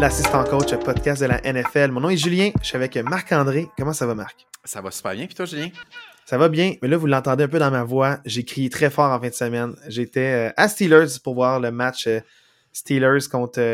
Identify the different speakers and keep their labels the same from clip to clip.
Speaker 1: l'assistant coach podcast de la NFL. Mon nom est Julien, je suis avec Marc-André. Comment ça va, Marc?
Speaker 2: Ça va super bien, puis toi, Julien?
Speaker 1: Ça va bien, mais là, vous l'entendez un peu dans ma voix. J'ai crié très fort en fin de semaine. J'étais à Steelers pour voir le match Steelers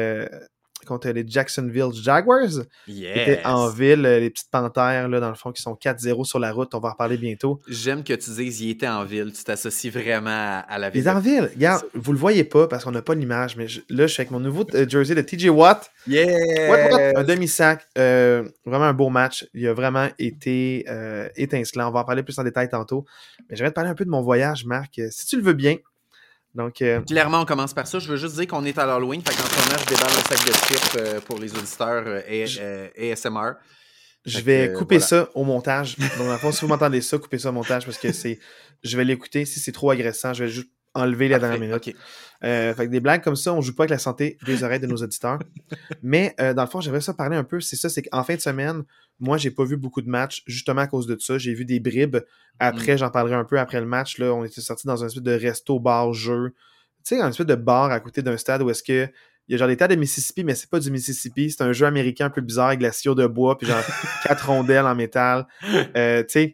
Speaker 1: contre les Jacksonville Jaguars. J'étais en ville, les petites panthères, là, dans le fond, qui sont 4-0 sur la route. On va en reparler bientôt.
Speaker 2: J'aime que tu dises « il était en ville ». Tu t'associes vraiment à la ville.
Speaker 1: Il est en ville. Regarde, vous le voyez pas parce qu'on n'a pas l'image, mais là, je suis avec mon nouveau jersey de TJ Watt.
Speaker 2: Yeah!
Speaker 1: Un demi-sac. Vraiment un beau match. Il a vraiment été étincelant. On va en parler plus en détail tantôt. Mais j'aimerais te parler un peu de mon voyage, Marc, si tu le veux bien. Donc,
Speaker 2: clairement, on commence par ça. Je veux juste dire qu'on est à l'Halloween. Fait qu'en ce moment, je déballe le sac de chips pour les auditeurs ASMR.
Speaker 1: Je vais couper ça au montage. Donc, dans le fond, si vous m'entendez ça, coupez ça au montage parce que je vais l'écouter. Si c'est trop agressant, je vais juste enlever la dernière minute.
Speaker 2: Okay.
Speaker 1: Fait que des blagues comme ça, on joue pas avec la santé des oreilles de nos auditeurs. Mais dans le fond, j'aimerais ça parler un peu. C'est qu'en fin de semaine, moi, j'ai pas vu beaucoup de matchs justement à cause de ça. J'ai vu des bribes. Après, j'en parlerai un peu après le match. Là, on était sortis dans un espèce de resto, bar, jeu. Tu sais, un espèce de bar à côté d'un stade où est-ce que il y a genre des tas de Mississippi, mais c'est pas du Mississippi. C'est un jeu américain un peu bizarre avec de la sciure de bois puis genre 4 rondelles en métal. Tu sais,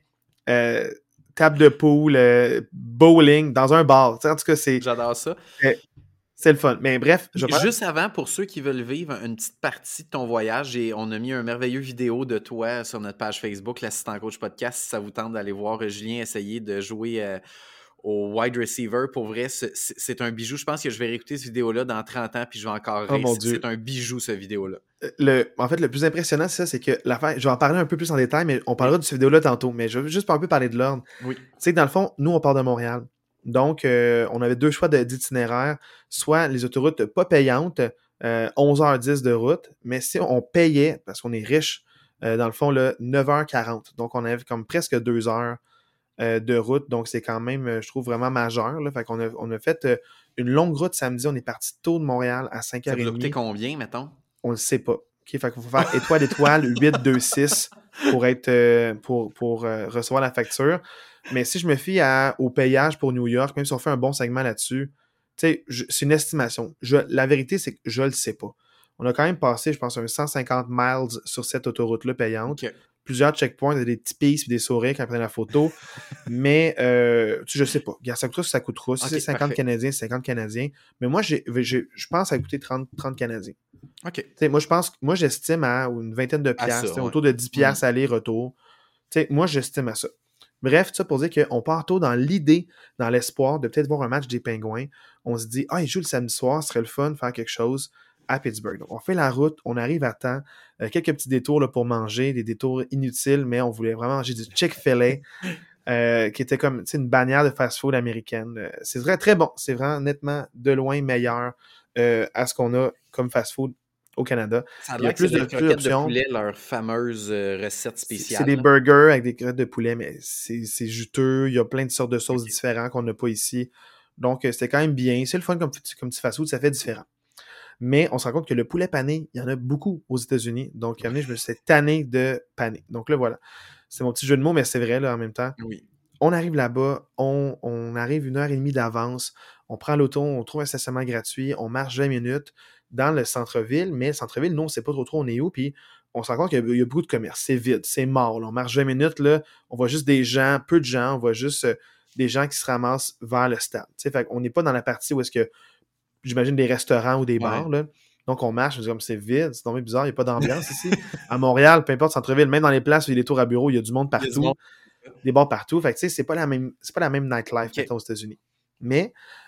Speaker 1: table de pool, bowling dans un bar. T'sais, en tout cas, c'est...
Speaker 2: J'adore ça.
Speaker 1: C'est le fun. Mais bref,
Speaker 2: juste avant, pour ceux qui veulent vivre une petite partie de ton voyage, on a mis un merveilleux vidéo de toi sur notre page Facebook, l'Assistant Coach Podcast. Si ça vous tente d'aller voir Julien essayer de jouer au wide receiver, pour vrai, c'est un bijou. Je pense que je vais réécouter cette vidéo-là dans 30 ans, puis je vais encore rire. C'est un bijou, cette vidéo-là.
Speaker 1: En fait, le plus impressionnant, c'est ça, c'est que l'affaire, je vais en parler un peu plus en détail, mais on parlera de cette vidéo-là tantôt, mais je veux juste un peu parler de l'ordre.
Speaker 2: Oui.
Speaker 1: Tu sais, dans le fond, nous, on part de Montréal. Donc, on avait deux choix d'itinéraire, soit les autoroutes pas payantes, 11h10 de route, mais si on payait, parce qu'on est riche, dans le fond, là, 9h40. Donc, on avait comme presque 2 heures de route, donc c'est quand même, je trouve, vraiment majeur. Là. Fait qu'on a fait une longue route samedi, on est parti tôt de Montréal à 5h30.
Speaker 2: Ça vous a coûté combien, mettons?
Speaker 1: On le sait pas. Okay? Fait qu'il faut faire étoile 826 pour être pour recevoir la facture. Mais si je me fie au payage pour New York, même si on fait un bon segment là-dessus, tu sais, c'est une estimation. La vérité, c'est que je le sais pas. On a quand même passé, je pense, un 150 miles sur cette autoroute-là payante.
Speaker 2: Okay.
Speaker 1: Plusieurs checkpoints, des petits pistes et des sourires quand on prend la photo. Mais je sais pas. Regarde, ça coûtera ce que ça coûtera. Si c'est 50
Speaker 2: parfait.
Speaker 1: Canadiens, c'est 50 Canadiens. Mais moi, je pense que ça va coûter 30 Canadiens.
Speaker 2: OK.
Speaker 1: T'sais, moi, j'estime à une vingtaine de piastres, autour de 10 piastres aller-retour. Moi, j'estime à ça. Bref, ça pour dire qu'on part tôt dans l'idée, dans l'espoir de peut-être voir un match des Pingouins. On se dit, ils jouent le samedi soir, ce serait le fun de faire quelque chose à Pittsburgh. Donc, on fait la route, on arrive à temps, quelques petits détours là, pour manger, des détours inutiles, mais on voulait vraiment manger du Chick-fil-A, qui était comme une bannière de fast-food américaine. C'est vrai, très bon. C'est vraiment nettement de loin meilleur à ce qu'on a comme fast-food au Canada.
Speaker 2: Ça a l'air que c'est des croquettes de poulet, leur fameuse recette spéciale.
Speaker 1: C'est des burgers avec des croquettes de poulet, mais c'est juteux. Il y a plein de sortes de sauces différentes qu'on n'a pas ici. Donc, c'était quand même bien. C'est le fun comme petit fast-food, ça fait différent. Mais on se rend compte que le poulet pané, il y en a beaucoup aux États-Unis. Donc, je me suis tanné de pané. Donc là, voilà. C'est mon petit jeu de mots, mais c'est vrai, là, en même temps.
Speaker 2: Oui.
Speaker 1: On arrive là-bas, on arrive 1h30 d'avance, on prend l'auto, on trouve un stationnement gratuit, on marche 20 minutes dans le centre-ville, mais le centre-ville, nous, on ne sait pas trop on est où, puis on se rend compte qu'il y a beaucoup de commerce, c'est vide, c'est mort, là. On marche 20 minutes, là, on voit juste des gens, peu de gens, on voit juste des gens qui se ramassent vers le stade. Fait qu'on n'est pas dans la partie où est-ce que, j'imagine, des restaurants ou des bars, là. Donc, on marche, on dit comme c'est vide, c'est tombé bizarre, il n'y a pas d'ambiance ici. À Montréal, peu importe, centre-ville, même dans les places où il y a des tours à bureau, il y a du monde partout. Des bars partout. Fait que, tu sais, c'est pas la même nightlife aux États-Unis. Mais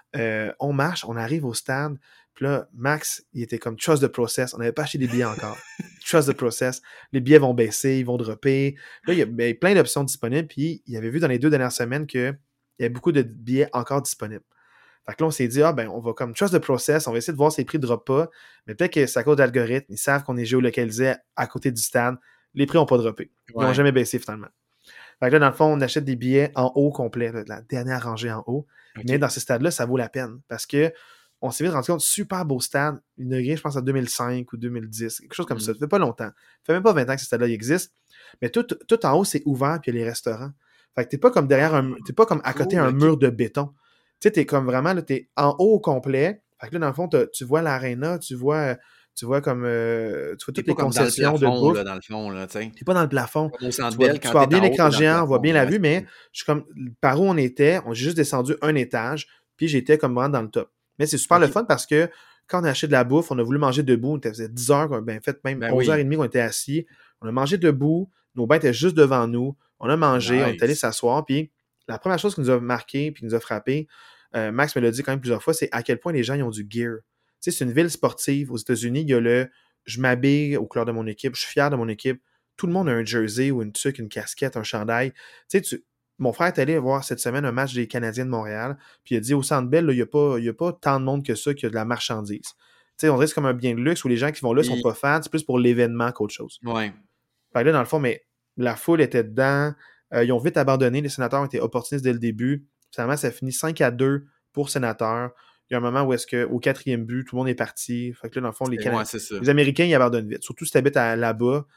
Speaker 1: on marche, on arrive au stade. Puis là, Max, il était comme trust the process. On n'avait pas acheté des billets encore. Trust the process. Les billets vont baisser, ils vont dropper. Là, il y a plein d'options disponibles. Puis il avait vu dans les 2 dernières semaines qu'il y avait beaucoup de billets encore disponibles. Fait que là, on s'est dit, on va comme trust the process, on va essayer de voir si les prix ne droppent pas. Mais peut-être que c'est à cause d'algorithme. Ils savent qu'on est géolocalisé à côté du stade. Les prix n'ont pas droppé. Ils n'ont jamais baissé finalement. Fait que là, dans le fond, on achète des billets en haut complet, là, la dernière rangée en haut. Okay. Mais dans ce stade-là, ça vaut la peine parce que on s'est vite rendu compte, super beau stade, inauguré, je pense, en 2005 ou 2010, quelque chose comme ça. Ça fait pas longtemps. Ça fait même pas 20 ans que ce stade-là existe. Mais tout en haut, c'est ouvert, puis il y a les restaurants. Fait que t'es pas comme t'es pas comme à côté d'un mur de béton. Tu sais, t'es comme vraiment, là, t'es en haut au complet. Fait que là, dans le fond, tu vois l'aréna, tu vois Tu vois comme tu vois
Speaker 2: T'es
Speaker 1: toutes
Speaker 2: pas
Speaker 1: les
Speaker 2: comme dans le
Speaker 1: concessions de
Speaker 2: plafond,
Speaker 1: bouffe.
Speaker 2: là, dans le fond, là, tu sais.
Speaker 1: T'es pas dans le plafond.
Speaker 2: Comme au Centre
Speaker 1: Tu vois,
Speaker 2: Bell,
Speaker 1: tu
Speaker 2: quand
Speaker 1: vois
Speaker 2: t'es
Speaker 1: bien
Speaker 2: en haut, t'es
Speaker 1: l'écran
Speaker 2: dans le
Speaker 1: géant, on voit
Speaker 2: plafond.
Speaker 1: bien la
Speaker 2: Ouais,
Speaker 1: vue,
Speaker 2: c'est ça.
Speaker 1: mais je suis comme par où on était, j'ai juste descendu un étage, puis j'étais comme vraiment dans le top. Mais c'est super le
Speaker 2: OK.
Speaker 1: fun parce que quand on a acheté de la bouffe, on a voulu manger debout, ça faisait 10 heures, ben fait même
Speaker 2: Ben oui.
Speaker 1: 11h30 qu'on était assis. On a mangé debout, nos bains étaient juste devant nous, on a mangé, on est allé
Speaker 2: Nice.
Speaker 1: s'asseoir, puis la première chose qui nous a marqué, puis qui nous a frappé, Max me l'a dit quand même plusieurs fois, c'est à quel point les gens ils ont du gear. Tu sais, c'est une ville sportive aux États-Unis, il y a le je m'habille aux couleurs de mon équipe, je suis fier de mon équipe. Tout le monde a un jersey ou une tuque, une casquette, un chandail. Tu sais, mon frère est allé voir cette semaine un match des Canadiens de Montréal, puis il a dit au Centre Bell, il n'y a pas tant de monde que ça qui a de la marchandise. Tu sais, on dirait que c'est comme un bien de luxe où les gens qui vont là sont
Speaker 2: Puis
Speaker 1: pas fans, c'est plus pour l'événement qu'autre chose.
Speaker 2: ouais.
Speaker 1: Fait que là, dans le fond, mais la foule était dedans. Ils ont vite abandonné. Les sénateurs ont été opportunistes dès le début. Finalement, ça finit 5-2 pour sénateurs. Il y a un moment où est-ce qu'au 4e but, tout le monde est parti. Fait que là, dans le fond,
Speaker 2: Ouais, c'est ça.
Speaker 1: les Américains, ils abandonnent vite. Surtout si tu habites là-bas.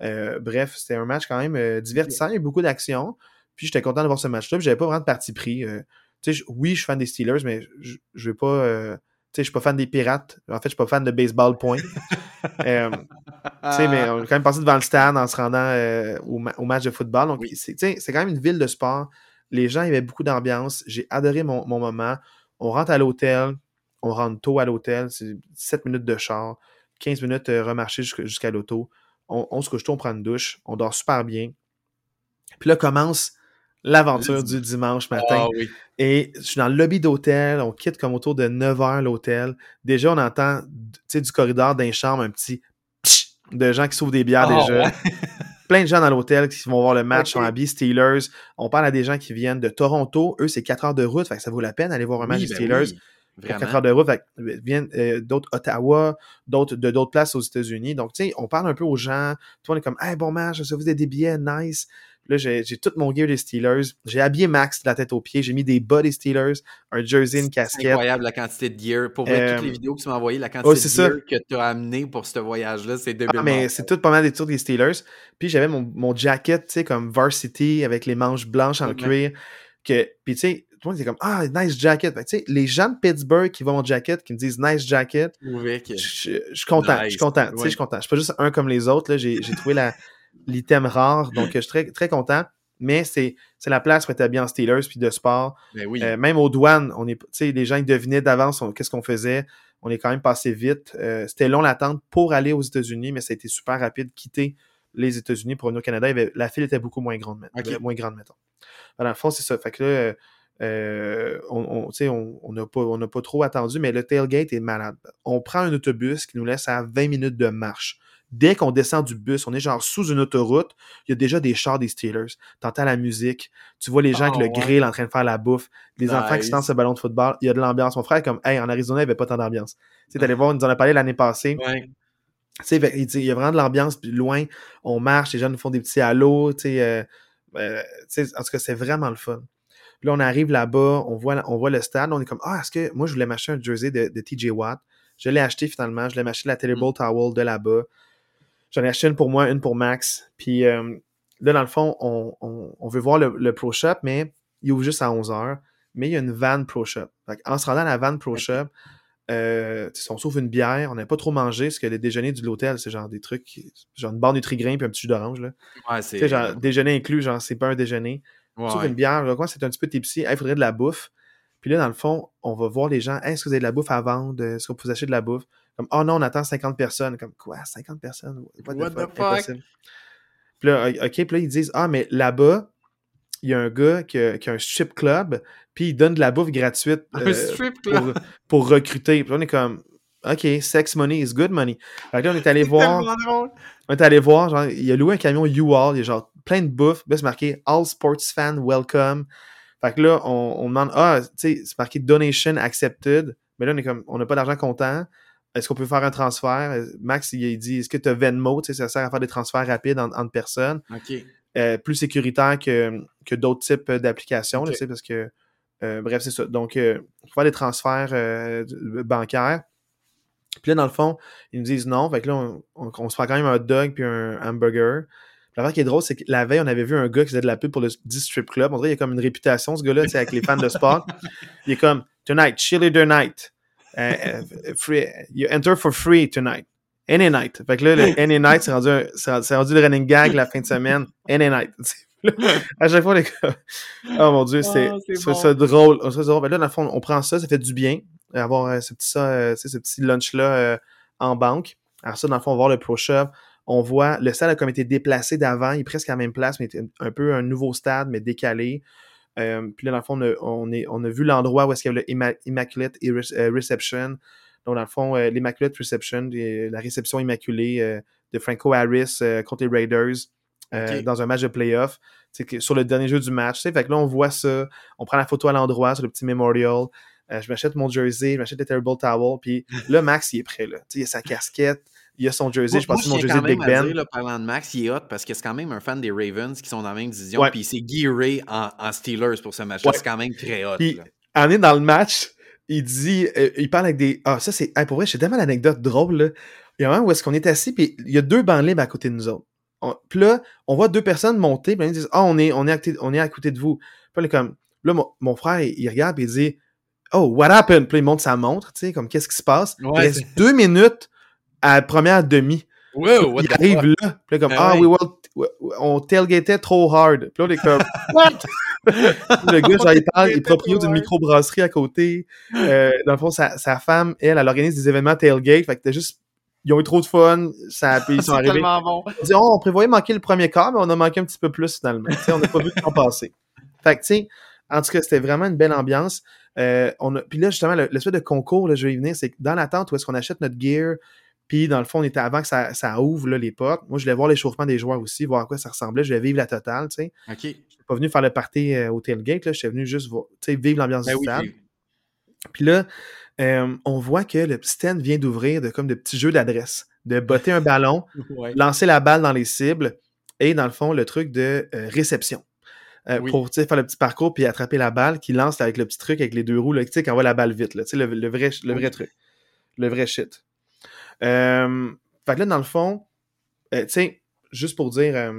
Speaker 1: Bref, c'était un match quand même
Speaker 2: OK.
Speaker 1: divertissant. Il y a eu beaucoup d'action. Puis j'étais content de voir ce match-là. Puis j'avais pas vraiment de parti pris. Tu sais, oui, je suis fan des Steelers, mais je vais pas. Tu sais, je suis pas fan des Pirates. En fait, je suis pas fan de baseball, point. Euh, tu sais, mais on est quand même passé devant le stade en se rendant au match de football. Donc,
Speaker 2: Oui.
Speaker 1: c'est quand même une ville de sport. Les gens, il y avait beaucoup d'ambiance. J'ai adoré mon moment. On rentre à l'hôtel. On rentre tôt à l'hôtel. C'est 7 minutes de char. 15 minutes remarcher jusqu'à l'auto. On se couche tôt, on prend une douche. On dort super bien. Puis là commence
Speaker 2: Le
Speaker 1: l'aventure du
Speaker 2: dimanche.
Speaker 1: dimanche matin.
Speaker 2: Ah oui.
Speaker 1: Et je suis dans le lobby d'hôtel. On quitte comme autour de 9h l'hôtel. Déjà, on entend du corridor d'un chambre un petit psh de gens qui s'ouvrent des bières
Speaker 2: Ah
Speaker 1: déjà.
Speaker 2: ouais.
Speaker 1: Plein de gens dans l'hôtel qui vont voir le match, sont
Speaker 2: OK.
Speaker 1: habillés Steelers. On parle à des gens qui viennent de Toronto. Eux, c'est 4 heures de route. Fait que ça vaut la peine d'aller voir un match
Speaker 2: Oui,
Speaker 1: des
Speaker 2: ben
Speaker 1: Steelers
Speaker 2: oui.
Speaker 1: pour 4
Speaker 2: Vraiment.
Speaker 1: heures de route. Fait que viennent d'autres Ottawa, d'autres places aux États-Unis. Donc, tu sais, on parle un peu aux gens. Toi, on est comme, hey, bon match, ça vous des billets, nice. Là, j'ai tout mon gear des Steelers. J'ai habillé Max de la tête aux pieds. J'ai mis des bas des Steelers, un jersey, une
Speaker 2: C'est
Speaker 1: casquette.
Speaker 2: incroyable la quantité de gear. Pour vrai, toutes les vidéos que tu m'as envoyées, la
Speaker 1: Ouais,
Speaker 2: quantité
Speaker 1: c'est
Speaker 2: de
Speaker 1: ça.
Speaker 2: gear que tu as amené pour ce voyage-là, c'est
Speaker 1: Ah,
Speaker 2: débilement
Speaker 1: mais c'est tout pas mal des tours des Steelers. Puis j'avais mon jacket, tu sais, comme Varsity avec les manches blanches en
Speaker 2: bon. Ouais.
Speaker 1: cuir. Puis tu sais, tout le monde était comme, ah, nice jacket. Fait que, tu sais, les gens de Pittsburgh qui voient mon jacket, qui me disent nice jacket,
Speaker 2: Je trouvais que
Speaker 1: je suis content. Je suis
Speaker 2: nice.
Speaker 1: content. Tu sais, je
Speaker 2: Ouais.
Speaker 1: suis content. Je suis pas juste un comme les autres. Là. J'ai trouvé l'item rare. Donc, je suis très, très content. Mais c'est la place pour être habillé en Steelers puis de sport.
Speaker 2: Ben oui.
Speaker 1: Même aux douanes, les gens ils devinaient d'avance qu'est-ce qu'on faisait. On est quand même passé vite. C'était long l'attente pour aller aux États-Unis, mais ça a été super rapide quitter les États-Unis pour venir au Canada. La file était beaucoup moins grande,
Speaker 2: OK.
Speaker 1: mettons. Dans le fond, c'est ça. Fait que là, on n'a pas trop attendu, mais le tailgate est malade. On prend un autobus qui nous laisse à 20 minutes de marche. Dès qu'on descend du bus, on est genre sous une autoroute, il y a déjà des chars des Steelers. T'entends la musique, tu vois les gens avec le
Speaker 2: Oh, ouais.
Speaker 1: grill en train de faire la bouffe, les enfants qui se lancent
Speaker 2: Nice.
Speaker 1: le ballon de football, il y a de l'ambiance. Mon frère est comme, hey, en Arizona, il n'y avait pas tant d'ambiance. Tu sais, t'allais voir, il nous en a parlé l'année passée.
Speaker 2: Ouais.
Speaker 1: Tu sais, il y a vraiment de l'ambiance, puis loin, on marche, les gens nous font des petits halos, tu sais, en tout cas, c'est vraiment le fun. Puis là, on arrive là-bas, on voit le stade, on est comme, ah, est-ce que moi, je voulais m'acheter un jersey de TJ Watt. Je l'ai acheté finalement, je l'ai acheté la Terrible Towel de là-bas. J'en ai acheté une pour moi, une pour Max. Puis là, dans le fond, on veut voir le Pro Shop, mais il ouvre juste à 11h. Mais il y a une van Pro Shop. En se rendant à la van Pro Shop, on s'ouvre une bière, on n'a pas trop mangé, parce que le déjeuner de l'hôtel, c'est genre des trucs, genre une barre Nutri-Grain puis un petit jus d'orange. Là.
Speaker 2: Ouais,
Speaker 1: Tu sais,
Speaker 2: c'est.
Speaker 1: genre déjeuner inclus, genre c'est pas un déjeuner. On s'ouvre une
Speaker 2: Ouais.
Speaker 1: bière, là, quoi, c'est un petit peu tipsy. Il faudrait de la bouffe. Puis là, dans le fond, on va voir les gens. Hey, est-ce que vous avez de la bouffe à vendre? Est-ce qu'on peut vous acheter de la bouffe? Comme, oh non, on attend 50 personnes. Comme, quoi, 50 personnes?
Speaker 2: What the fuck?
Speaker 1: Impossible. Puis là, OK, puis là, ils disent, ah, mais là-bas, il y a un gars qui a un strip club, puis il donne de la bouffe gratuite
Speaker 2: Un strip club.
Speaker 1: pour recruter. Puis là, on est comme, OK, sex money is good money. Fait que là, on est allé
Speaker 2: C'est
Speaker 1: voir.
Speaker 2: tellement drôle.
Speaker 1: On est allé voir, genre, il a loué un camion U-Haul, il y a genre plein de bouffe. Là, c'est marqué All Sports Fan Welcome. Fait que là, on demande, tu sais, c'est marqué Donation Accepted. Mais là, on est comme, on n'a pas d'argent comptant. Est-ce qu'on peut faire un transfert? Max, il dit, est-ce que tu as Venmo? Tu sais, ça sert à faire des transferts rapides entre personnes.
Speaker 2: OK.
Speaker 1: Plus sécuritaire que d'autres types d'applications,
Speaker 2: OK.
Speaker 1: là, tu sais, parce que, bref, c'est ça. Donc, pour faire des transferts bancaires. Puis là, dans le fond, ils nous disent non. Fait que là, on se prend quand même un hot dog puis un hamburger. L'affaire qui est drôle, c'est que la veille, on avait vu un gars qui faisait de la pub pour le 10 Strip Club. On dirait qu'il a comme une réputation, ce gars-là, avec les fans de sport. Il est comme, tonight, cheerleader night. Free, you enter for free tonight. NA Night. Fait que là, le NA Night, c'est rendu le running gag la fin de semaine. NA Night. À chaque fois, les gars. Oh mon Dieu, c'est
Speaker 2: bon.
Speaker 1: ça drôle. Ça drôle. Ben là, dans le fond, on prend ça fait du bien. Avoir ce petit lunch-là en banque. Alors ça, dans le fond, on va voir le Pro Shop. On voit, le stade a comme été déplacé d'avant. Il est presque à la même place, mais il était un peu un nouveau stade, mais décalé. Puis là, dans le fond, on a vu l'endroit où est-ce qu'il y avait le Immaculate Reception. Donc, dans le fond, l'Immaculate Reception, la réception immaculée de Franco Harris contre les Raiders dans un match de playoff, sur le dernier jeu du match. Fait que là, on voit ça. On prend la photo à l'endroit sur le petit memorial. Je m'achète mon jersey, je m'achète le Terrible Towel. Puis là, Max, il est prêt. Là. Il a sa casquette. Il a son jersey, je pense que c'est mon jersey de Big Ben.
Speaker 2: Dire, là, parlant de Max, il est hot parce que c'est quand même un fan des Ravens qui sont dans la même division. Puis il s'est gearé en Steelers pour ce match-là. C'est quand même très hot.
Speaker 1: Puis, en est dans le match, il dit, il parle avec des. Ah, ça, c'est. Pour vrai, j'ai tellement d'anecdotes drôles. Là. Il y a un moment où est-ce qu'on est assis, puis il y a 2 bancs libres à côté de nous autres. Puis là, on voit 2 personnes monter, puis ils disent, on est à côté de vous. Puis là, comme. Là, mon frère, il regarde, puis il dit, oh, what happened? Puis là, il monte sa montre, tu sais, comme qu'est-ce qui se passe. Il reste 2 minutes à la première demi.
Speaker 2: Wow,
Speaker 1: il arrive là. Puis là, comme, on tailgatait trop hard. Puis là, on est comme, what? Le gars, genre, il parle, il est propriétaire d'une microbrasserie à côté. Dans le fond, sa femme, elle organise des événements tailgate. Fait que ils ont eu trop de fun. Puis ils sont arrivés.
Speaker 2: Tellement bon.
Speaker 1: Ils disent, on prévoyait manquer le premier quart, mais on a manqué un petit peu plus finalement. T'sais, on n'a pas vu le temps passer. Fait que, tu sais, en tout cas, c'était vraiment une belle ambiance. Puis là, justement, l'espèce de concours, là, je vais y venir, c'est que dans l'attente où est-ce qu'on achète notre gear, puis dans le fond, on était avant que ça ouvre là, les portes. Moi, je voulais voir l'échauffement des joueurs aussi, voir à quoi ça ressemblait. Je voulais vivre la totale, tu sais.
Speaker 2: OK.
Speaker 1: Je suis pas venu faire le party au tailgate, là. Je suis venu juste vivre l'ambiance du stade. Puis là, on voit que le stand vient d'ouvrir de petits jeux d'adresse, de botter un ballon, lancer la balle dans les cibles et dans le fond, le truc de réception. Pour faire le petit parcours puis attraper la balle qui lance avec le petit truc avec les 2 roues, là, qui envoie la balle vite. Là, le vrai truc. Le vrai shit. Fait que là, dans le fond, tu sais, juste pour dire,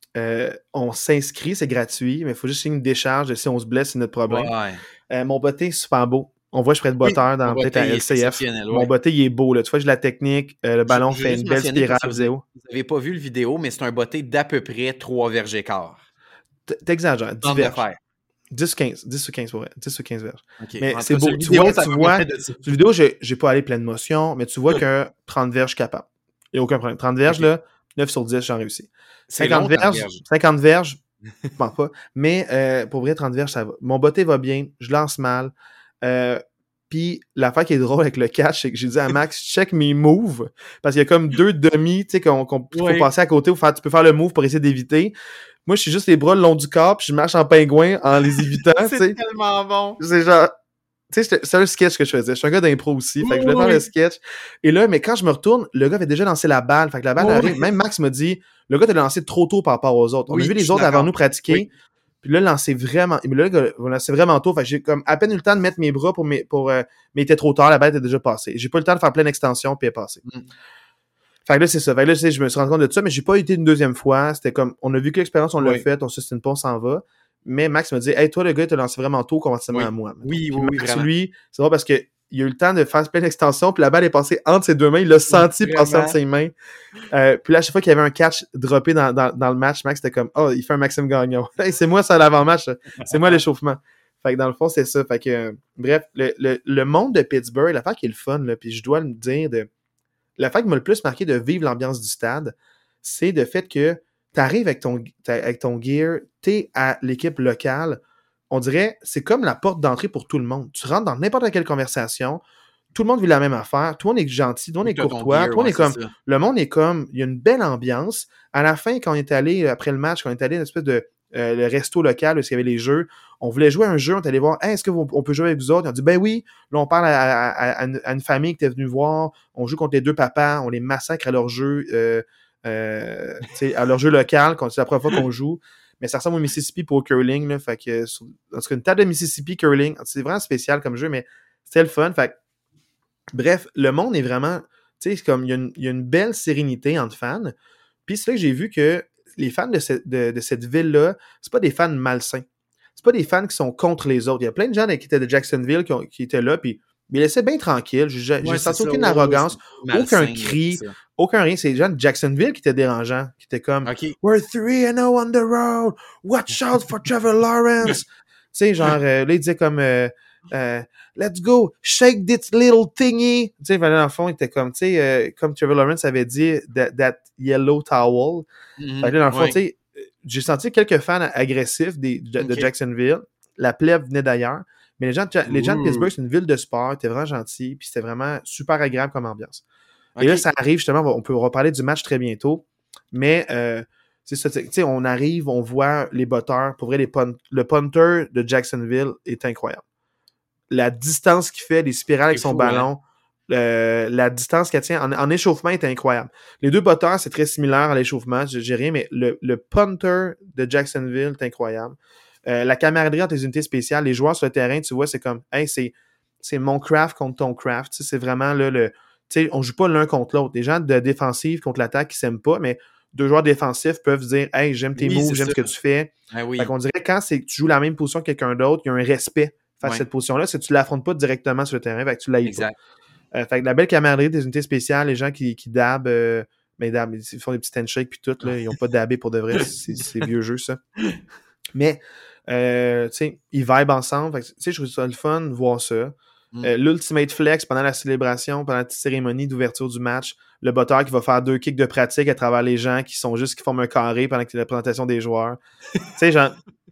Speaker 1: on s'inscrit, c'est gratuit, mais il faut juste signer une décharge de si on se blesse, c'est notre problème. Mon botté est super beau. On voit, je ferais de botteur dans peut-être à LCF. Mon botté, il est beau. Là. Tu vois, j'ai la technique. Le ballon fait une belle spirale.
Speaker 2: Vous n'avez pas vu le vidéo, mais c'est un botté d'à peu près 3 verges et quart.
Speaker 1: T'exagères. 10 verges. 10 ou 15 pour vrai. 10 ou 15 verges. Okay. Mais c'est beau. Tu vois, sur la vidéo, j'ai pas allé plein de motion, mais tu vois que 30 verges, je suis capable. Il n'y a aucun problème. 30 verges, là, 9 sur 10, j'en réussi. 50 verges, je pense pas. Mais pour vrai, 30 verges, ça va. Mon botté va bien. Je lance mal. Puis l'affaire qui est drôle avec le catch, c'est que j'ai dit à Max, check mes moves. Parce qu'il y a comme 2 demi, tu sais, qu'on faut passer à côté. Tu peux faire le move pour essayer d'éviter. Moi, je suis juste les bras le long du corps, puis je marche en pingouin en les évitant.
Speaker 2: C'est tellement bon.
Speaker 1: C'est genre. Tu sais, c'est un sketch que je faisais. Je suis un gars d'impro aussi. Fait que je voulais faire le sketch. Et là, mais quand je me retourne, le gars avait déjà lancé la balle. Fait que la balle arrive. Même Max m'a dit, le gars t'a lancé trop tôt par rapport aux autres. On a vu les autres avant nous pratiquer. Puis là, lancer vraiment. Mais là, le gars lançait vraiment tôt. Fait que j'ai comme à peine eu le temps de mettre mes bras mais il était trop tard. La balle était déjà passée. J'ai pas eu le temps de faire plein d'extensions, puis elle est passée. Fait que là, c'est ça. Fait que là, je me suis rendu compte de ça, mais j'ai pas été une deuxième fois. C'était comme, on a vu que l'expérience, on l'a fait, on s'estime pas, on s'en va. Mais Max m'a dit, hey, toi, le gars, t'as lancé vraiment tôt, comparativement à moi.
Speaker 2: Oui,
Speaker 1: Max, lui, c'est vrai parce que il a eu le temps de faire plein d'extensions, puis la balle est passée entre ses 2 mains. Il l'a senti passer entre ses mains. Puis là, à chaque fois qu'il y avait un catch droppé dans le match, Max était comme, oh, il fait un Maxime Gagnon. Hey, c'est moi, ça, à l'avant-match. C'est moi, l'échauffement. Fait que dans le fond, c'est ça. Fait que, bref, le monde de Pittsburgh, l'affaire qui est le fun, là, puis je dois le dire, l'affaire qui m'a le plus marqué de vivre l'ambiance du stade, c'est le fait que t'arrives avec ton gear, t'es à l'équipe locale, on dirait, c'est comme la porte d'entrée pour tout le monde. Tu rentres dans n'importe quelle conversation, tout le monde vit la même affaire, tout le monde est gentil, tout le monde est courtois, tout le monde est comme, le monde est comme, il y a une belle ambiance. À la fin, quand on est allé, après le match, quand on est allé à une espèce de le resto local où il y avait les jeux, on voulait jouer un jeu, on est allé voir, hey, est-ce qu'on peut jouer avec vous autres? Ils ont dit, ben oui, là on parle à une famille qui était venue voir, on joue contre les 2 papas, on les massacre à leur jeu, à leur jeu local, c'est la première fois qu'on joue, mais ça ressemble au Mississippi pour curling, là, fait que, en tout cas, une table de Mississippi curling, c'est vraiment spécial comme jeu, mais c'était le fun, fait que, bref, le monde est vraiment, tu sais, comme, il y a une belle sérénité entre fans, puis c'est là que j'ai vu que les fans de cette ville-là, c'est pas des fans malsains. C'est pas des fans qui sont contre les autres. Il y a plein de gens qui étaient de Jacksonville qui étaient là, puis Mais il laissait bien tranquille. J'ai
Speaker 2: Ouais, c'est
Speaker 1: senti
Speaker 2: ça.
Speaker 1: aucune
Speaker 2: Ouais, ouais,
Speaker 1: arrogance,
Speaker 2: c'est
Speaker 1: aucun
Speaker 2: malsain, là,
Speaker 1: cri,
Speaker 2: c'est ça.
Speaker 1: aucun rien. C'est les gens de Jacksonville qui étaient dérangeants, qui étaient comme
Speaker 2: OK.
Speaker 1: We're 3-0 on the road. Watch out for Trevor Lawrence. Tu sais, genre, là, il disait comme Let's go, shake this little thingy. Tu sais, dans le fond, il était comme, tu sais, comme Trevor Lawrence avait dit, that yellow towel. Fait que là, dans le fond,
Speaker 2: Ouais.
Speaker 1: tu sais, j'ai senti quelques fans agressifs de
Speaker 2: OK.
Speaker 1: Jacksonville. La plèbe venait d'ailleurs. Mais les gens de Pittsburgh,
Speaker 2: Ouh.
Speaker 1: c'est une ville de sport, ils étaient vraiment gentils, puis c'était vraiment super agréable comme ambiance. Et là,
Speaker 2: OK.
Speaker 1: ça arrive justement, on peut reparler du match très bientôt, mais c'est ça, tu sais, on arrive, on voit les botteurs, pour vrai, le punter de Jacksonville est incroyable. La distance qu'il fait, les spirales avec
Speaker 2: C'est
Speaker 1: son
Speaker 2: fou, hein?
Speaker 1: ballon, la distance qu'elle tient en échauffement est incroyable. Les deux botteurs, c'est très similaire à l'échauffement, j'ai rien, mais le punter de Jacksonville est incroyable. La camaraderie entre les unités spéciales, les joueurs sur le terrain, tu vois, c'est comme, hey, c'est mon craft contre ton craft. Tu sais, c'est vraiment là, tu sais, on joue pas l'un contre l'autre. Les gens de défensive contre l'attaque, ils s'aiment pas, mais deux joueurs défensifs peuvent dire, hey, j'aime tes
Speaker 2: Oui,
Speaker 1: moves,
Speaker 2: c'est
Speaker 1: j'aime
Speaker 2: ça.
Speaker 1: ce que tu fais.
Speaker 2: Ah
Speaker 1: Fait
Speaker 2: oui.
Speaker 1: qu'on dirait que quand tu joues la même position que quelqu'un d'autre, il y a un respect face à
Speaker 2: Ouais.
Speaker 1: cette position-là, c'est que tu l'affrontes pas directement sur le terrain, fait que tu l'haïs pas.
Speaker 2: Exact.
Speaker 1: Fait que la belle camaraderie des unités spéciales, les gens qui dabent, mais ils font des petits handshakes puis tout, là, ils ont pas dabé pour de vrai, c'est vieux jeu, ça. Mais, tu sais, ils vibent ensemble. Fait que, tu sais, je trouve ça le fun de voir ça. L'Ultimate Flex pendant la célébration, pendant la petite cérémonie d'ouverture du match, le botteur qui va faire 2 kicks de pratique à travers les gens qui forment un carré pendant que la présentation des joueurs. Tu sais, genre,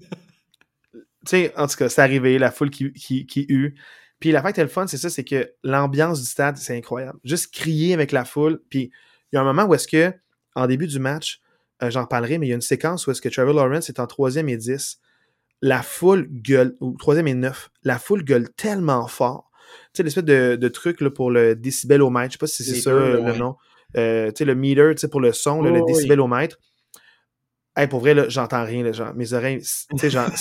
Speaker 1: tu sais, en tout cas, c'est arrivé, la foule qui eut. Puis la fait que le fun, c'est ça, c'est que l'ambiance du stade, c'est incroyable. Juste crier avec la foule. Puis il y a un moment où est-ce que, en début du match, j'en reparlerai, mais il y a une séquence où est-ce que Trevor Lawrence est en 3e et 10. La foule gueule, ou 3e et 9, la foule gueule tellement fort. Tu sais, l'espèce de truc là, pour le décibelomètre, je sais pas si c'est ça le nom. Tu sais, le meter, tu sais, pour le son, le décibelomètre. Hey, pour vrai, là, j'entends rien, là, genre, mes oreilles, tu sais, genre,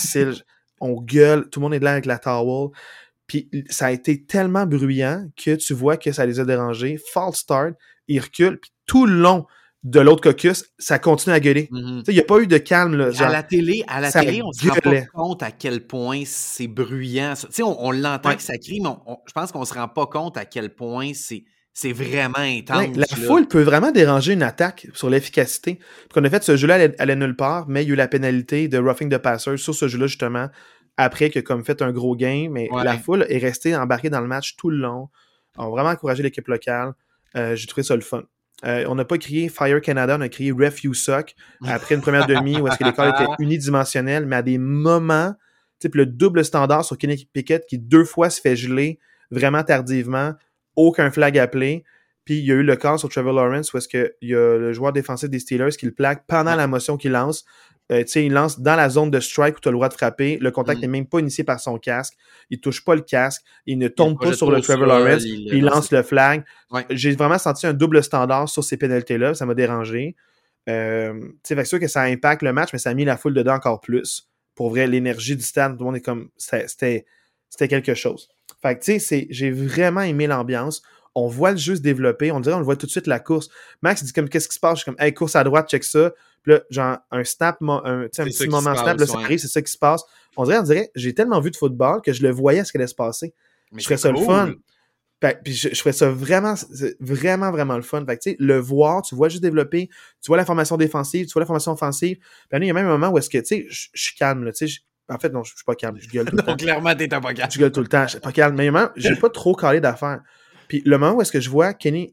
Speaker 1: on gueule, tout le monde est là avec la towel. Puis ça a été tellement bruyant que tu vois que ça les a dérangés. False start, ils reculent, puis tout le long de l'autre caucus, ça continue à gueuler. Tu sais, il n'y a pas eu de calme, là. Genre,
Speaker 2: à la télé, on se rend pas compte à quel point c'est bruyant. Tu sais, on l'entend que ça crie, mais je pense qu'on se rend pas compte à quel point c'est vraiment intense.
Speaker 1: Ouais, la foule peut vraiment déranger une attaque sur l'efficacité. Puis qu'on a fait ce jeu-là allait nulle part, mais il y a eu la pénalité de roughing the passer sur ce jeu-là, justement, après qu'il a comme fait un gros gain. Mais la foule est restée embarquée dans le match tout le long. On a vraiment encouragé l'équipe locale. J'ai trouvé ça le fun. On n'a pas crié Fire Canada, on a crié Ref You Suck après une première demi où est-ce que l'école était unidimensionnelle, mais à des moments, type le double standard sur Kenny Pickett qui 2 fois se fait geler vraiment tardivement, aucun flag appelé. Puis il y a eu le cas sur Trevor Lawrence où est-ce qu'il y a le joueur défensif des Steelers qui le plaque pendant la motion qu'il lance. Tu sais, il lance dans la zone de strike où tu as le droit de frapper. Le contact n'est même pas initié par son casque. Il touche pas le casque. Il ne tombe pas sur le Trevor Lawrence. Puis il lance le flag. Ouais. J'ai vraiment senti un double standard sur ces pénalités-là. Ça m'a dérangé. Tu sais, fait sûr que ça impacte le match, mais ça a mis la foule dedans encore plus. Pour vrai, l'énergie du stade, tout le monde est comme... C'était quelque chose. Fait que tu sais, j'ai vraiment aimé l'ambiance. On voit le jeu se développer. On dirait on le voit tout de suite la course. Max dit comme qu'est-ce qui se passe? Je suis comme hey, course à droite, check ça. Puis là, genre un snap, un petit moment snap, là, ça arrive, c'est ça qui se passe. On dirait, j'ai tellement vu de football que je le voyais ce qui allait se passer. Mais je ferais ça le fun. Puis je ferais ça vraiment, vraiment, vraiment le fun. Fait que tu sais, le voir, tu vois juste développer, tu vois la formation défensive, tu vois la formation offensive. Puis il y a même un moment où est-ce que, tu sais, je suis calme, là, tu sais, en fait, non, je suis pas calme, je gueule tout le temps.
Speaker 2: Donc, clairement, t'es pas calme.
Speaker 1: Je gueule tout le temps, je suis pas calme. Mais j'ai pas trop calé d'affaires. Puis le moment où est-ce que je vois Kenny,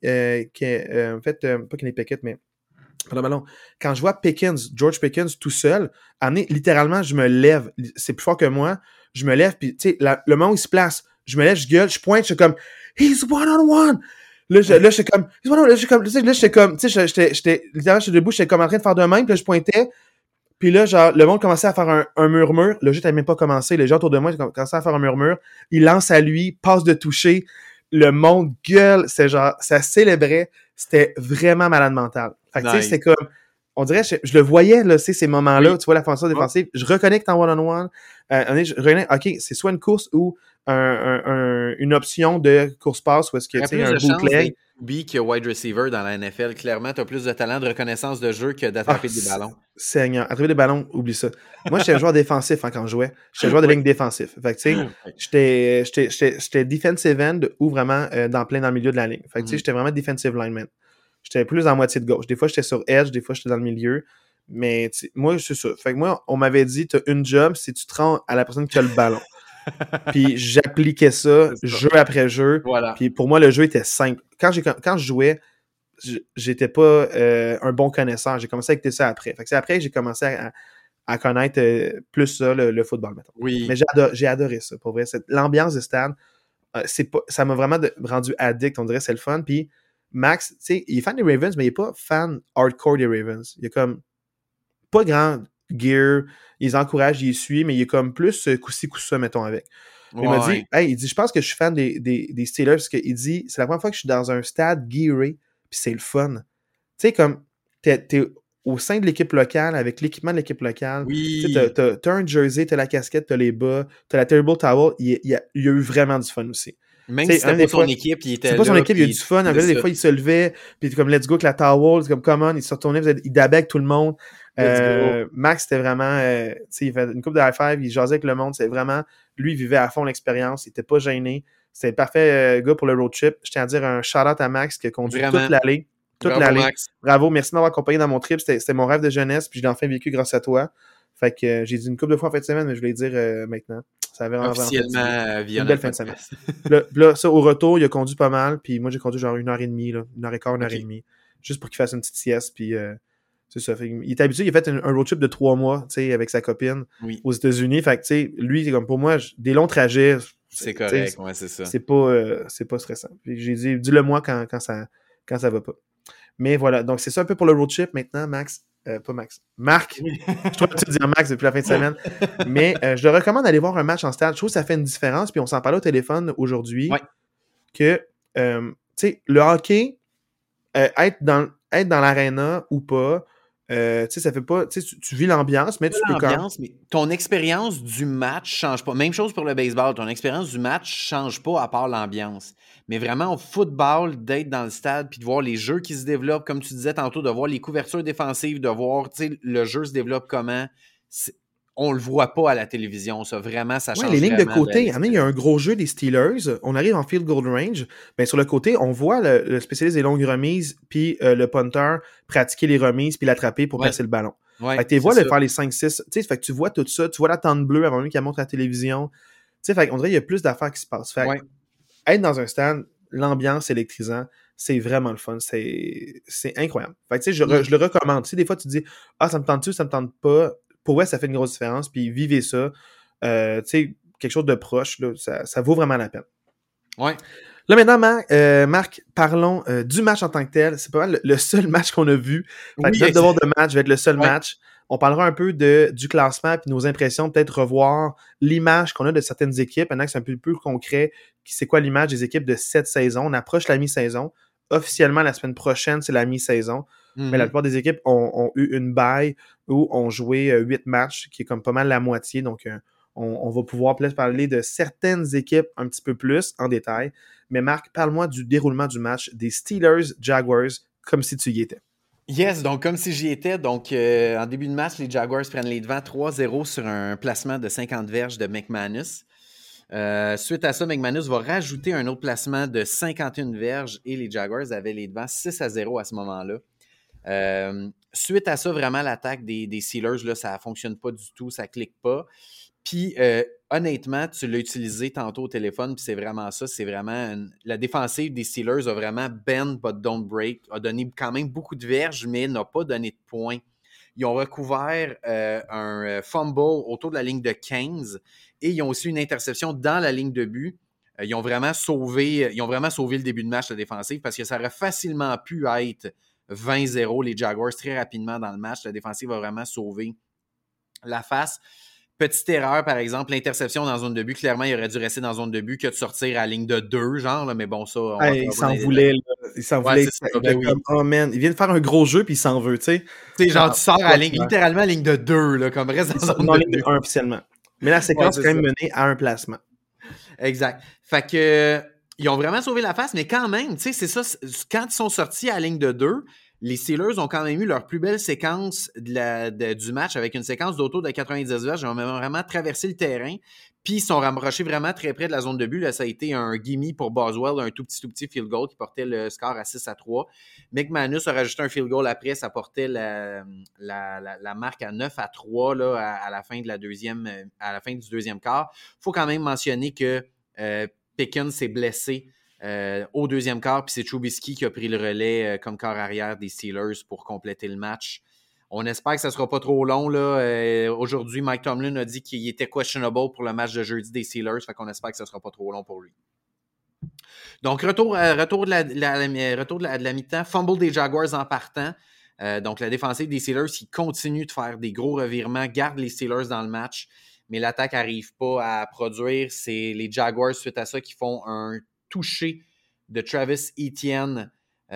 Speaker 1: en fait, pas Kenny Pickett, mais quand je vois George Pickens tout seul, littéralement, je me lève. C'est plus fort que moi. Je me lève, puis tu sais, le moment où il se place, je me lève, je gueule, je pointe, je suis comme « He's one-on-one! » Là, j'étais comme « He's one-on-one! » Là, j'étais comme, tu sais, littéralement, j'étais debout, j'étais comme en train de faire de même, puis là, je pointais. Puis là, genre, le monde commençait à faire un murmure. Le jeu n'avait même pas commencé. Les gens autour de moi commençaient à faire un murmure. Il lance à lui, passe de toucher. Le monde gueule. C'est genre, ça célébrait. C'était vraiment malade mental. Fait que, tu sais, c'était comme, on dirait, je le voyais, là, ces moments-là,
Speaker 2: Oui.
Speaker 1: tu vois la fonction défensive, je reconnais que t'es en one-on-one, je reconnais, OK, c'est soit une course ou une option de course-passe, ou est-ce que, tu
Speaker 2: T'aurais
Speaker 1: sais,
Speaker 2: plus
Speaker 1: un
Speaker 2: de chances
Speaker 1: bootleg.
Speaker 2: d'être QB que wide receiver dans la NFL. Clairement, t'as plus de talent de reconnaissance de jeu que
Speaker 1: Ah,
Speaker 2: d'attraper des ballons.
Speaker 1: Seigneur, attraper des ballons, oublie ça. Moi, j'étais un joueur défensif quand je jouais. J'étais un joueur de
Speaker 2: Oui.
Speaker 1: ligne défensif. Fait que, tu sais,
Speaker 2: Oui.
Speaker 1: j'étais defensive end ou vraiment dans le milieu de la ligne. Fait que, tu sais, j'étais vraiment defensive lineman. J'étais plus en moitié de gauche. Des fois, j'étais sur edge, des fois, j'étais dans le milieu. Mais moi, c'est ça. Fait que moi, on m'avait dit, t'as une job, c'est tu te rends à la personne qui a le ballon. Puis j'appliquais ça
Speaker 2: C'est ça.
Speaker 1: jeu après jeu.
Speaker 2: Voilà.
Speaker 1: Puis pour moi, le jeu était simple. Quand je jouais, j'étais pas un bon connaisseur. J'ai commencé à écouter ça après. Fait que c'est après que j'ai commencé à connaître plus ça, le football, mettons. Mais
Speaker 2: Oui.
Speaker 1: j'ai adoré ça, pour vrai. L'ambiance de stade, ça m'a vraiment rendu addict, on dirait, c'est le fun. Puis Max, tu sais, il est fan des Ravens, mais il est pas fan hardcore des Ravens. Il est comme pas grand gear, il les encourage, il les suit, mais il est comme plus coup-ci, coup-ça, mettons, avec. Il m'a dit,
Speaker 2: Ouais.
Speaker 1: hey, il dit, je pense que je suis fan des Steelers, parce qu'il dit, c'est la première fois que je suis dans un stade gearé, puis c'est le fun. Tu sais, comme, t'es au sein de l'équipe locale, avec l'équipement de l'équipe locale. Tu sais,
Speaker 2: Oui.
Speaker 1: t'as un jersey, t'as la casquette, t'as les bas, t'as la Terrible Towel. Il y a eu vraiment du fun aussi.
Speaker 2: Même
Speaker 1: Tu
Speaker 2: si
Speaker 1: sais,
Speaker 2: c'était
Speaker 1: un
Speaker 2: pas
Speaker 1: des
Speaker 2: son
Speaker 1: fois,
Speaker 2: équipe, il
Speaker 1: c'est
Speaker 2: était
Speaker 1: pas son
Speaker 2: là,
Speaker 1: équipe, il y a du
Speaker 2: puis
Speaker 1: fun.
Speaker 2: c'est
Speaker 1: Des
Speaker 2: ça.
Speaker 1: fois, il se levait, puis comme let's go avec la towel, c'est comme come on, il se retournait, il dabait avec tout le monde.
Speaker 2: Let's go.
Speaker 1: Max, c'était vraiment, tu sais, il fait une coupe de high five, il jasait avec le monde, c'est vraiment, lui, il vivait à fond l'expérience, il était pas gêné. C'était le parfait gars pour le road trip. Je tiens à dire un shout-out à Max qui a conduit toute
Speaker 2: Vraiment.
Speaker 1: l'allée. Toute
Speaker 2: Bravo,
Speaker 1: l'allée.
Speaker 2: Max.
Speaker 1: Bravo, merci de m'avoir accompagné dans mon trip. C'était mon rêve de jeunesse, puis je l'ai enfin vécu grâce à toi. Fait que j'ai dit une couple de fois en fin de semaine, mais je voulais dire maintenant. Ça avait vraiment fait du
Speaker 2: Officiellement
Speaker 1: bien.
Speaker 2: via
Speaker 1: Une belle
Speaker 2: notre
Speaker 1: fin de semaine.
Speaker 2: podcast.
Speaker 1: Là, ça, au retour, il a conduit pas mal, puis moi, j'ai conduit genre 1 heure et demie, là, 1 heure et quart, 1 heure et
Speaker 2: OK.
Speaker 1: demie, juste pour qu'il fasse une petite sieste, puis c'est ça. Il est habitué, il a fait un road trip de 3 mois, tu sais, avec sa copine
Speaker 2: Oui.
Speaker 1: aux États-Unis. Fait que, tu sais, lui, c'est comme pour moi, des longs trajets,
Speaker 2: C'est
Speaker 1: tu sais,
Speaker 2: correct, ouais, c'est ça.
Speaker 1: c'est pas stressant. Puis j'ai dit, dis-le moi quand ça va pas. Mais voilà, donc c'est ça un peu pour le road trip maintenant, Max. Pas Max. Marc!
Speaker 2: Oui.
Speaker 1: Je trouve que tu dire Max depuis la fin de semaine. Mais je te recommande d'aller voir un match en stade. Je trouve que ça fait une différence. Puis on s'en parlait au téléphone aujourd'hui
Speaker 2: Ouais.
Speaker 1: que, tu sais, le hockey, être dans l'aréna ou pas, tu sais, ça fait pas. Tu sais, tu vis l'ambiance, mais
Speaker 2: Pas
Speaker 1: tu peux quand même.
Speaker 2: l'ambiance, mais ton expérience du match change pas. Même chose pour le baseball. Ton expérience du match change pas à part l'ambiance. Mais vraiment, au football, d'être dans le stade puis de voir les jeux qui se développent, comme tu disais tantôt, de voir les couvertures défensives, de voir le jeu se développe comment, on le voit pas à la télévision. Ça, vraiment, ça
Speaker 1: Oui, les
Speaker 2: change
Speaker 1: lignes de
Speaker 2: vraiment
Speaker 1: côté. Il y a un
Speaker 2: l'expérience.
Speaker 1: gros jeu des Steelers. On arrive en field goal range. Ben, sur le côté, on voit le spécialiste des longues remises, puis le punter pratiquer les remises, puis l'attraper pour
Speaker 2: Oui,
Speaker 1: passer le ballon. Fait
Speaker 2: oui,
Speaker 1: que tu
Speaker 2: c'est
Speaker 1: vois
Speaker 2: ça.
Speaker 1: faire les 5-6. Tu sais, fait que tu vois tout ça. Tu vois la tente bleue avant même qu'elle montre à la télévision. Tu sais, fait qu'on dirait qu'il y a plus d'affaires qui se passent. Fait
Speaker 2: Oui.
Speaker 1: que être dans un stade, l'ambiance électrisant, c'est vraiment le fun. C'est incroyable. Fait que tu sais, je le recommande. Tu sais, des fois, tu te dis, ah, ça me tente-tu ou ça me tente pas. Pour vrai, ça fait une grosse différence. Puis vivez ça. Tu sais, quelque chose de proche, là, ça vaut vraiment la peine.
Speaker 2: Ouais.
Speaker 1: Là, maintenant, Marc, parlons du match en tant que tel. C'est pas mal le seul match qu'on a vu. Fait que
Speaker 2: Oui,
Speaker 1: notre devoir de match va être le seul
Speaker 2: ouais.
Speaker 1: match. On parlera un peu du classement puis nos impressions, peut-être revoir l'image qu'on a de certaines équipes. Maintenant que c'est un peu plus concret, c'est quoi l'image des équipes de cette saison. On approche la mi-saison. Officiellement, la semaine prochaine, c'est la mi-saison. Mais la plupart des équipes ont eu une bye où ont joué 8 matchs, qui est comme pas mal la moitié. Donc, on va pouvoir peut-être parler de certaines équipes un petit peu plus en détail. Mais Marc, parle-moi du déroulement du match des Steelers-Jaguars comme si tu y étais.
Speaker 2: Yes, donc comme si j'y étais. Donc, en début de match, les Jaguars prennent les devants 3-0 sur un placement de 50 verges de McManus. Suite à ça, McManus va rajouter un autre placement de 51 verges et les Jaguars avaient les devants 6-0 à ce moment-là. Suite à ça, vraiment, l'attaque des Steelers, là, ça ne fonctionne pas du tout, ça ne clique pas. Puis, honnêtement, tu l'as utilisé tantôt au téléphone, puis c'est vraiment ça. C'est vraiment la défensive des Steelers a vraiment bend but don't break, a donné quand même beaucoup de verges, mais n'a pas donné de points. Ils ont recouvert un fumble autour de la ligne de 15 et ils ont aussi une interception dans la ligne de but. Ils ont vraiment sauvé le début de match, la défensive, parce que ça aurait facilement pu être 20-0 les Jaguars très rapidement dans le match. La défensive a vraiment sauvé la face. petite erreur, par exemple, l'interception dans zone de but. Clairement, il aurait dû rester dans zone de but que de sortir à la ligne de 2, genre, là, mais bon, ça, on va
Speaker 1: Hey, il
Speaker 2: pas dans
Speaker 1: s'en
Speaker 2: les détails.
Speaker 1: voulait, là. Il s'en
Speaker 2: Ouais,
Speaker 1: voulait.
Speaker 2: c'est ça,
Speaker 1: Il était
Speaker 2: ben oui.
Speaker 1: comme, oh man, il vient de faire un gros jeu puis il s'en veut, tu sais.
Speaker 2: Tu sais, genre,
Speaker 1: Ah,
Speaker 2: tu sors à la
Speaker 1: quoi
Speaker 2: ligne,
Speaker 1: faire?
Speaker 2: littéralement à la ligne de 2, là, comme reste dans zone
Speaker 1: Non,
Speaker 2: de
Speaker 1: ligne
Speaker 2: 2.
Speaker 1: 1 officiellement. Mais la
Speaker 2: Ouais,
Speaker 1: séquence est
Speaker 2: c'est
Speaker 1: quand même
Speaker 2: ça.
Speaker 1: menée à un placement.
Speaker 2: Exact. Fait que ils ont vraiment sauvé la face, mais quand même, tu sais, c'est ça. Quand ils sont sortis à la ligne de 2, les Steelers ont quand même eu leur plus belle séquence du match avec une séquence d'auto de 90 verges. Ils ont vraiment traversé le terrain, puis ils sont rapprochés vraiment très près de la zone de but. Là, ça a été un gimme pour Boswell, un tout petit field goal qui portait le score à 6-3. McManus a rajouté un field goal après, ça portait la marque à 9-3 là, à la fin du deuxième quart. Il faut quand même mentionner que Pickens s'est blessé au deuxième quart, puis c'est Trubisky qui a pris le relais comme corps arrière des Steelers pour compléter le match. On espère que ça ne sera pas trop long. Là. Aujourd'hui, Mike Tomlin a dit qu'il était questionable pour le match de jeudi des Steelers, fait qu'on espère que ça ne sera pas trop long pour lui. Donc, retour de la mi-temps, fumble des Jaguars en partant. Donc, la défensive des Steelers qui continue de faire des gros revirements, garde les Steelers dans le match, mais l'attaque n'arrive pas à produire. C'est les Jaguars, suite à ça, qui font un touché de Travis Etienne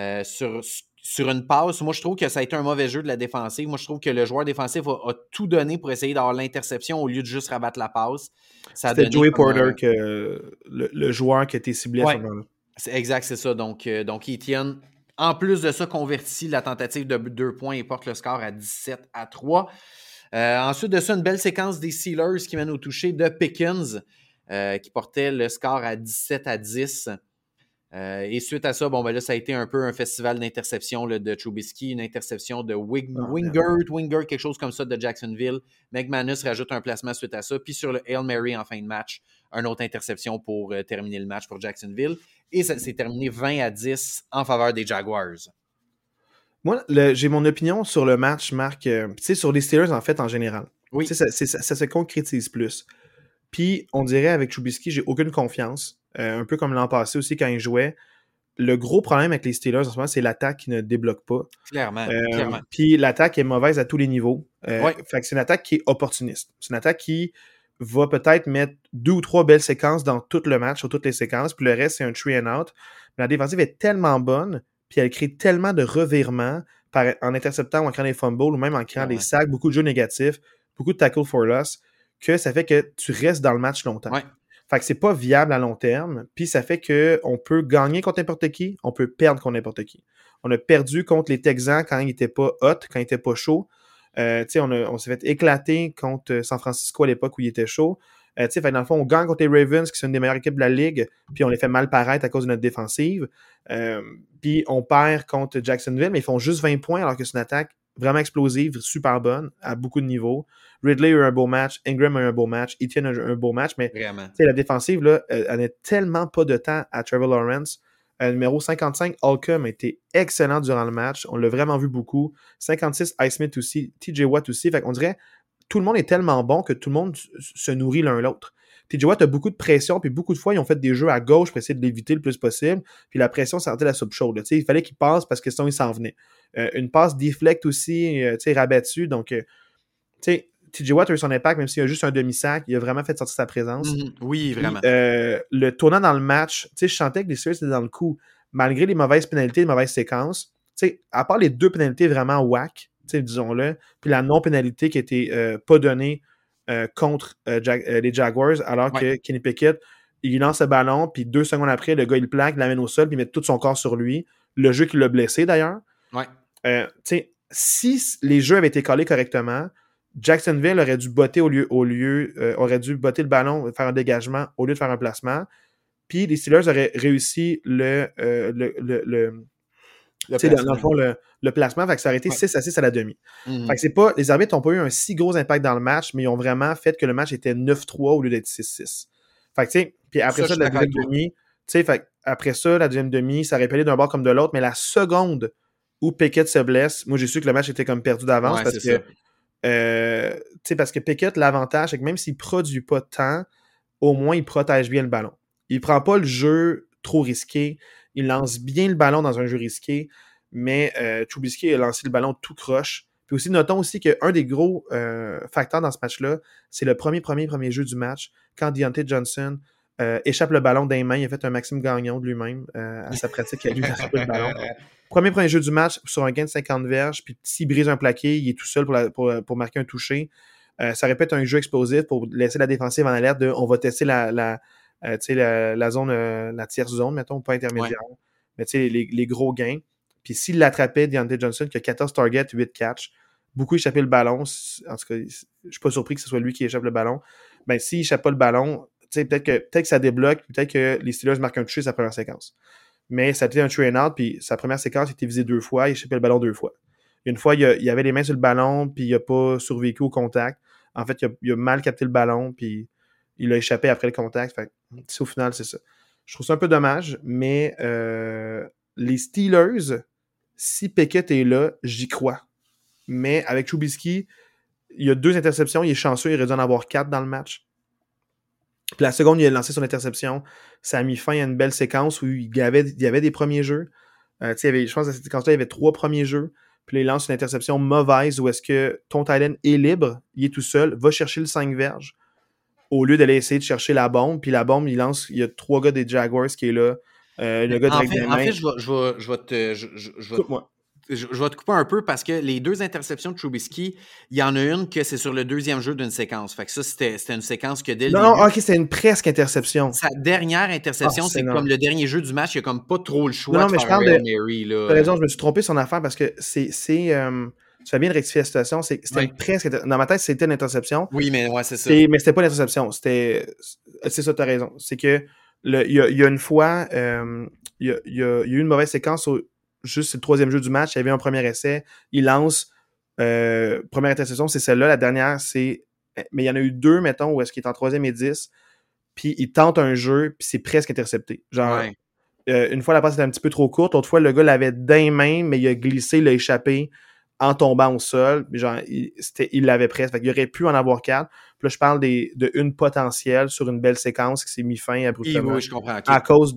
Speaker 2: sur une passe. Moi, je trouve que ça a été un mauvais jeu de la défensive. Moi, je trouve que le joueur défensif a tout donné pour essayer d'avoir l'interception au lieu de juste rabattre la passe. Ça a
Speaker 1: C'était
Speaker 2: donné
Speaker 1: Joey
Speaker 2: comme
Speaker 1: Porter, le joueur qui a été ciblé à ce moment-là.
Speaker 2: C'est exact, c'est ça. Donc Etienne, en plus de ça, convertit la tentative de 2 points et porte le score à 17-3. Ensuite de ça, une belle séquence des Steelers qui mène au toucher de Pickens, qui portait le score à 17-10. Et suite à ça, là, ça a été un peu un festival d'interception là, de Trubisky, une interception de Wingert, quelque chose comme ça de Jacksonville. McManus rajoute un placement suite à ça. Puis sur le Hail Mary en fin de match, une autre interception pour terminer le match pour Jacksonville. Et ça s'est terminé 20-10 en faveur des Jaguars.
Speaker 1: Moi, j'ai mon opinion sur le match, Marc. Tu sais, sur les Steelers, en fait, en général.
Speaker 2: Oui.
Speaker 1: Tu sais, ça se concrétise plus. Puis, on dirait avec Trubisky, j'ai aucune confiance. Un peu comme l'an passé aussi, quand il jouait. Le gros problème avec les Steelers, en ce moment, c'est l'attaque qui ne débloque pas.
Speaker 2: Clairement.
Speaker 1: Puis, l'attaque est mauvaise à tous les niveaux.
Speaker 2: Ouais.
Speaker 1: Fait que c'est une attaque qui est opportuniste. C'est une attaque qui va peut-être mettre 2 ou 3 belles séquences dans tout le match, sur toutes les séquences. Puis le reste, c'est un tree and out. Mais la défensive est tellement bonne, puis elle crée tellement de revirements en interceptant ou en créant des fumbles ou même en créant des sacs, beaucoup de jeux négatifs, beaucoup de tackle for loss, que ça fait que tu restes dans le match longtemps.
Speaker 2: Ouais.
Speaker 1: Fait que c'est pas viable à long terme, puis ça fait qu'on peut gagner contre n'importe qui, on peut perdre contre n'importe qui. On a perdu contre les Texans quand ils n'étaient pas hot, quand ils n'étaient pas chauds. On s'est fait éclater contre San Francisco à l'époque où il était chaud. Fait dans le fond, on gagne contre les Ravens, qui sont une des meilleures équipes de la ligue, puis on les fait mal paraître à cause de notre défensive. Puis on perd contre Jacksonville, mais ils font juste 20 points alors que c'est une attaque vraiment explosive, super bonne, à beaucoup de niveaux. Ridley a eu un beau match, Ingram a eu un beau match, Etienne a eu un beau match, mais la défensive, là, elle n'a tellement pas de temps à Trevor Lawrence. Numéro 55, Holcomb a été excellent durant le match. On l'a vraiment vu beaucoup. 56, Highsmith aussi, TJ Watt aussi. Fait qu'on dirait tout le monde est tellement bon que tout le monde se nourrit l'un l'autre. TJ Watt a beaucoup de pression, puis beaucoup de fois, ils ont fait des jeux à gauche pour essayer de l'éviter le plus possible. Puis la pression sortait la soupe chaude. Il fallait qu'il passe parce que sinon, il s'en venait. Une passe deflect aussi, rabattue. Donc, TJ Watt a eu son impact, même s'il a juste un demi-sac. Il a vraiment fait sortir sa présence.
Speaker 2: Oui,
Speaker 1: puis,
Speaker 2: vraiment.
Speaker 1: Le tournant dans le match, je sentais que les Steelers étaient dans le coup. Malgré les mauvaises pénalités, les mauvaises séquences, à part les 2 pénalités vraiment whack, disons-le, puis la non-pénalité qui a été pas donnée contre les Jaguars, alors que Kenny Pickett, il lance le ballon, puis 2 secondes après, le gars, il plaque, il l'amène au sol, puis il met tout son corps sur lui. Le jeu qui l'a blessé, d'ailleurs. Si les jeux avaient été collés correctement, Jacksonville aurait dû botter aurait dû botter le ballon, faire un dégagement au lieu de faire un placement. Puis les Steelers auraient réussi le placement. Fait que ça aurait été 6-6 à la demi. Fait que c'est pas, les arbitres n'ont pas eu un si gros impact dans le match, mais ils ont vraiment fait que le match était 9-3 au lieu d'être 6-6. Fait que puis après ça, la deuxième demi, après ça, la deuxième demi, ça aurait pu aller d'un bord comme de l'autre, mais la seconde où Pickett se blesse, moi j'ai su que le match était comme perdu d'avance parce que Pickett, l'avantage, c'est que même s'il ne produit pas de temps, au moins il protège bien le ballon. Il ne prend pas le jeu trop risqué, il lance bien le ballon dans un jeu risqué, mais Trubisky a lancé le ballon tout croche, Puis aussi, notons aussi qu'un des gros facteurs dans ce match-là, c'est le premier jeu du match, quand Deontay Johnson échappe le ballon des mains. Il a fait un Maxime Gagnon de lui-même à sa pratique à lui d'attraper le ballon. Premier jeu du match sur un gain de 50 verges, puis s'il brise un plaqué, il est tout seul pour marquer un toucher. Ça répète un jeu explosif pour laisser la défensive en alerte de on va tester la zone, la tierce zone, mettons, pas intermédiaire. Ouais. Mais tu sais, les gros gains. Puis s'il l'attrapait, Deontay Johnson, qui a 14 targets, 8 catch, beaucoup échappé le ballon. En tout cas, je suis pas surpris que ce soit lui qui échappe le ballon. Ben, s'il échappe pas le ballon, tu sais, peut-être que ça débloque, peut-être que les Steelers marquent un toucher sa première séquence. Mais ça a été un train out, puis sa première séquence, il a été visé 2 fois, il a échappé le ballon 2 fois. Une fois, il avait les mains sur le ballon, puis il n'a pas survécu au contact. En fait, il a mal capté le ballon, puis il a échappé après le contact. Fait au final, c'est ça. Je trouve ça un peu dommage, mais les Steelers, si Pickett est là, j'y crois. Mais avec Trubisky, il y a 2 interceptions, il est chanceux, il aurait dû en avoir 4 dans le match. Puis la seconde, il a lancé son interception. Ça a mis fin à une belle séquence où il y avait des premiers jeux. Je pense que dans cette séquence-là, il y avait 3 premiers jeux. Puis là, il lance une interception mauvaise où est-ce que ton tight end est libre, il est tout seul, va chercher le 5 verges au lieu d'aller essayer de chercher la bombe. Puis la bombe, il y a 3 gars des Jaguars qui est là. Le gars direct des mains.
Speaker 2: En fait, je vais te couper un peu parce que les 2 interceptions de Trubisky, il y en a une que c'est sur le 2e jeu d'une séquence. Fait que ça, c'était une séquence que dès le début...
Speaker 1: Non, ok, c'est une presque interception.
Speaker 2: Sa dernière interception, c'est comme le dernier jeu du match, il n'y a comme pas trop le choix
Speaker 1: non,
Speaker 2: de
Speaker 1: mais
Speaker 2: faire Hail Mary. T'as
Speaker 1: raison, je me suis trompé sur son affaire parce que tu fais bien de rectifier la situation. C'était une presque... Dans ma tête, c'était une interception.
Speaker 2: Oui, mais ouais, c'est ça.
Speaker 1: Mais c'était pas une interception. C'est ça, t'as raison. C'est que il y a une fois, il y a eu une mauvaise séquence juste c'est le 3e jeu du match, il y avait un premier essai, il lance première interception, c'est celle-là, la dernière, c'est mais il y en a eu 2, mettons, où est-ce qu'il est en 3e et 10, puis il tente un jeu, puis c'est presque intercepté. Genre, une fois la passe était un petit peu trop courte, l'autre fois le gars l'avait d'un main, mais il a glissé, il a échappé en tombant au sol, genre, il l'avait presque, fait qu'il aurait pu en avoir 4. Puis là, je parle de une potentielle sur une belle séquence qui s'est mis fin abruptement.
Speaker 2: Oui, je comprends.
Speaker 1: À cause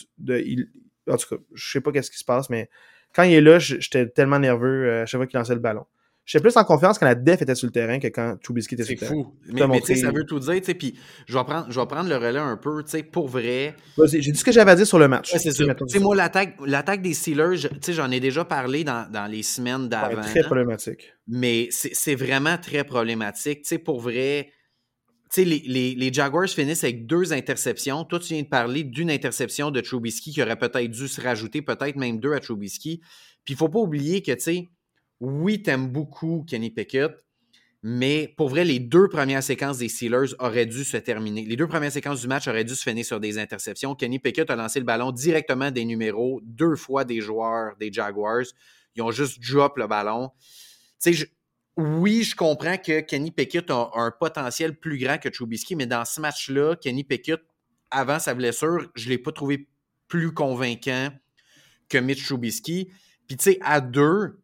Speaker 1: en tout cas, je sais pas qu'est-ce qui se passe, mais quand il est là, j'étais tellement nerveux à chaque fois qu'il lançait le ballon. J'étais plus en confiance quand la def était sur le terrain que quand Trubisky était sur le terrain.
Speaker 2: C'est fou. Mais tu sais, ça veut tout dire, tu sais, puis je vais prendre le relais un peu, tu sais, pour vrai.
Speaker 1: Vas-y, j'ai dit ce que j'avais à dire sur le match.
Speaker 2: Ouais, c'est ça. Tu sais, moi, l'attaque des Steelers, tu sais, j'en ai déjà parlé dans les semaines d'avant.
Speaker 1: Très problématique.
Speaker 2: Mais c'est vraiment très problématique. Tu sais, pour vrai, tu sais, les Jaguars finissent avec 2 interceptions. Toi, tu viens de parler d'une interception de Trubisky qui aurait peut-être dû se rajouter, peut-être même 2 à Trubisky. Puis il ne faut pas oublier que, tu sais, oui, t'aimes beaucoup Kenny Pickett, mais pour vrai, les 2 premières séquences des Steelers auraient dû se terminer. Les 2 premières séquences du match auraient dû se finir sur des interceptions. Kenny Pickett a lancé le ballon directement des numéros, 2 fois des joueurs des Jaguars. Ils ont juste drop le ballon. Tu sais, oui, je comprends que Kenny Pickett a un potentiel plus grand que Trubisky, mais dans ce match-là, Kenny Pickett, avant sa blessure, je ne l'ai pas trouvé plus convaincant que Mitch Trubisky. Puis, tu sais, à deux,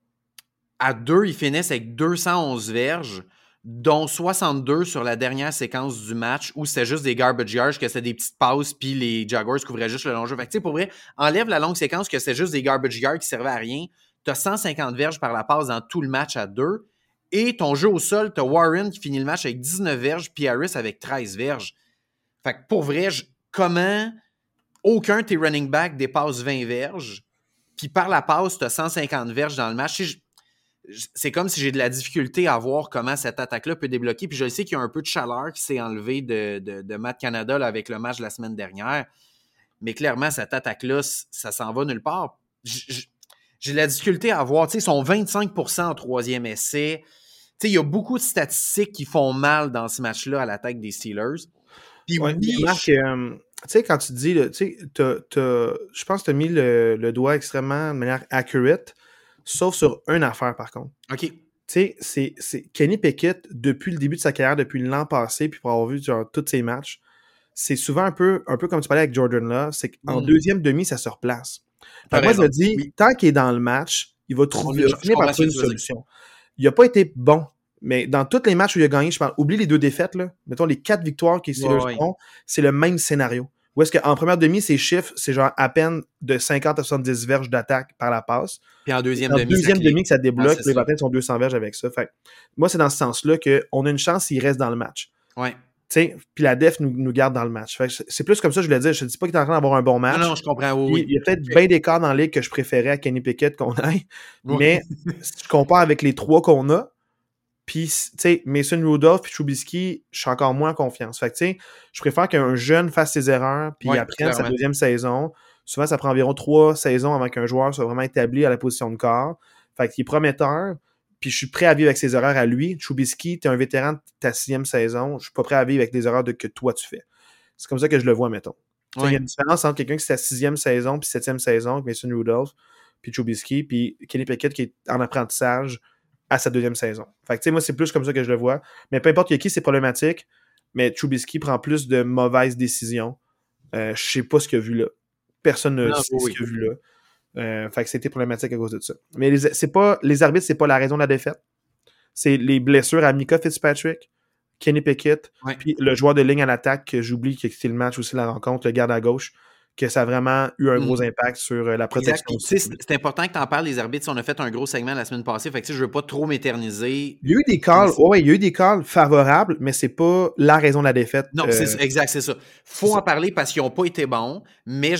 Speaker 2: ils finissent avec 211 verges, dont 62 sur la dernière séquence du match où c'était juste des garbage yards, que c'était des petites passes, puis les Jaguars couvraient juste le long jeu. Fait que, tu sais, pour vrai, enlève la longue séquence que c'était juste des garbage yards qui servaient à rien. Tu as 150 verges par la passe dans tout le match à 2. Et ton jeu au sol, tu as Warren qui finit le match avec 19 verges, puis Harris avec 13 verges. Fait que pour vrai, comment aucun de tes running backs dépasse 20 verges, puis par la passe, tu as 150 verges dans le match. C'est comme si j'ai de la difficulté à voir comment cette attaque-là peut débloquer. Puis je sais qu'il y a un peu de chaleur qui s'est enlevée de Matt Canada là, avec le match de la semaine dernière. Mais clairement, cette attaque-là, ça s'en va nulle part. J'ai de la difficulté à voir. Tu sais, ils sont 25% en 3e essai. Tu sais, il y a beaucoup de statistiques qui font mal dans ce match-là à l'attaque des Steelers. Puis
Speaker 1: ouais, Marc, tu sais, quand tu dis, tu sais, je pense que tu as mis le doigt extrêmement de manière accurate, sauf sur une affaire, par contre.
Speaker 2: OK.
Speaker 1: Tu sais, c'est Kenny Pickett, depuis le début de sa carrière, depuis l'an passé, puis pour avoir vu genre, tous ses matchs, c'est souvent un peu comme tu parlais avec Jordan Love, c'est qu'en deuxième demi, ça se replace. Moi, je me dis, tant qu'il est dans le match, il va finir par trouver une solution. Il n'a pas été bon, mais dans tous les matchs où il a gagné, je parle, oublie les 2 défaites, là, mettons les 4 victoires qu'ils ont, c'est le même scénario. Où est-ce qu'en première demi, ses chiffres, c'est genre à peine de 50 à 70 verges d'attaque par la passe.
Speaker 2: Puis en deuxième
Speaker 1: En
Speaker 2: demi, ça
Speaker 1: deuxième
Speaker 2: clique.
Speaker 1: demi, que ça
Speaker 2: Ah,
Speaker 1: débloque,
Speaker 2: c'est
Speaker 1: puis il va
Speaker 2: ça.
Speaker 1: atteindre son 200 verges avec ça. Fait que moi, c'est dans ce sens-là qu'on a une chance s'il reste dans le match.
Speaker 2: Ouais.
Speaker 1: Puis la def nous garde dans le match. Fait que c'est plus comme ça, je voulais dire. Je ne dis pas qu'il est en train d'avoir un bon match.
Speaker 2: Non, je comprends, oui.
Speaker 1: Il y a peut-être bien des cas dans la ligue que je préférais à Kenny Pickett qu'on aille.
Speaker 2: Oui.
Speaker 1: Mais si je compare avec les 3 qu'on a, puis, tu sais, Mason Rudolph puis Trubisky, je suis encore moins en confiance. Fait que, tu sais, je préfère qu'un jeune fasse ses erreurs puis apprenne sa deuxième saison. Souvent, ça prend environ 3 saisons avant qu'un joueur soit vraiment établi à la position de corps. Fait qu'il est prometteur. Puis je suis prêt à vivre avec ses erreurs à lui. Trubisky, t'es un vétéran de ta 6e saison. Je suis pas prêt à vivre avec les erreurs que toi tu fais. C'est comme ça que je le vois, mettons. Il y a une différence entre quelqu'un qui c'est sa 6e saison puis 7e saison, Mason Rudolph, puis Trubisky, puis Kenny Pickett qui est en apprentissage à sa 2e saison. Fait que, tu sais, moi, c'est plus comme ça que je le vois. Mais peu importe qui, c'est problématique. Mais Trubisky prend plus de mauvaises décisions. Je sais pas ce qu'il a vu là. Personne ne sait ce qu'il a vu là. Fait que c'était problématique à cause de ça. Mais les arbitres, c'est pas la raison de la défaite. C'est les blessures à Micah Fitzpatrick, Kenny Pickett, puis le joueur de ligne à l'attaque, que j'oublie qui a quitté le match aussi, la rencontre, le garde à gauche, que ça a vraiment eu un gros impact sur la protection.
Speaker 2: C'est important que tu en parles, les arbitres. On a fait un gros segment la semaine passée, fait que je veux pas trop m'éterniser.
Speaker 1: Il y a eu des calls, il y a eu des calls favorables, mais c'est pas la raison de la défaite.
Speaker 2: Non, c'est exact, c'est ça. Faut en parler parce qu'ils n'ont pas été bons, mais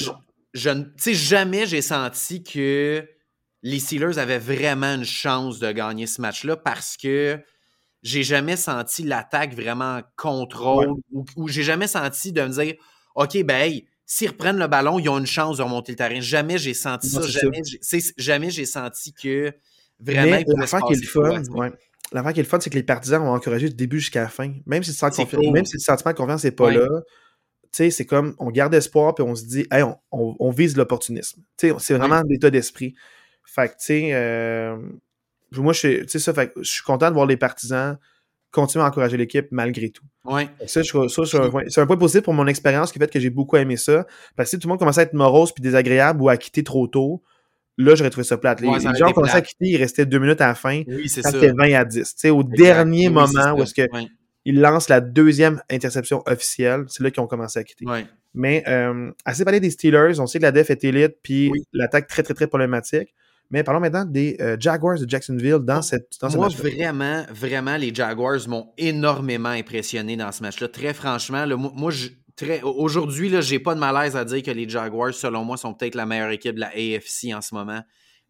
Speaker 2: jamais j'ai senti que les Steelers avaient vraiment une chance de gagner ce match-là parce que j'ai jamais senti l'attaque vraiment en contrôle ou j'ai jamais senti de me dire OK, ben hey, s'ils reprennent le ballon, ils ont une chance de remonter le terrain. Jamais j'ai senti ça. Jamais j'ai senti que vraiment
Speaker 1: mais l'affaire qui est le fun, l'affaire qui est le fun, c'est que les partisans ont encouragé du début jusqu'à la fin. Même si même si le sentiment de confiance n'est pas là, tu sais, c'est comme on garde espoir puis on se dit hey, on vise l'opportunisme. Tu sais, c'est vraiment l'état d'esprit. Fait que, tu sais, moi, je suis content de voir les partisans continuer à encourager l'équipe malgré tout. Ça, c'est un point positif pour mon expérience qui fait que j'ai beaucoup aimé ça. Parce que si tout le monde commençait à être morose puis désagréable ou à quitter trop tôt, là, j'aurais trouvé ça plate. Les gens commençaient à quitter, il restait 2 minutes à la fin.
Speaker 2: C'était
Speaker 1: 20-10. Tu sais, au dernier moment où est-ce que ils lancent la 2e interception officielle, c'est là qu'ils ont commencé à quitter. Mais assez parlé des Steelers, on sait que la def est élite puis l'attaque très, très, très problématique. Mais parlons maintenant des Jaguars de Jacksonville dans ce
Speaker 2: match-là. Vraiment, les Jaguars m'ont énormément impressionné dans ce match-là. Très franchement, là, aujourd'hui, je n'ai pas de malaise à dire que les Jaguars, selon moi, sont peut-être la meilleure équipe de la AFC en ce moment.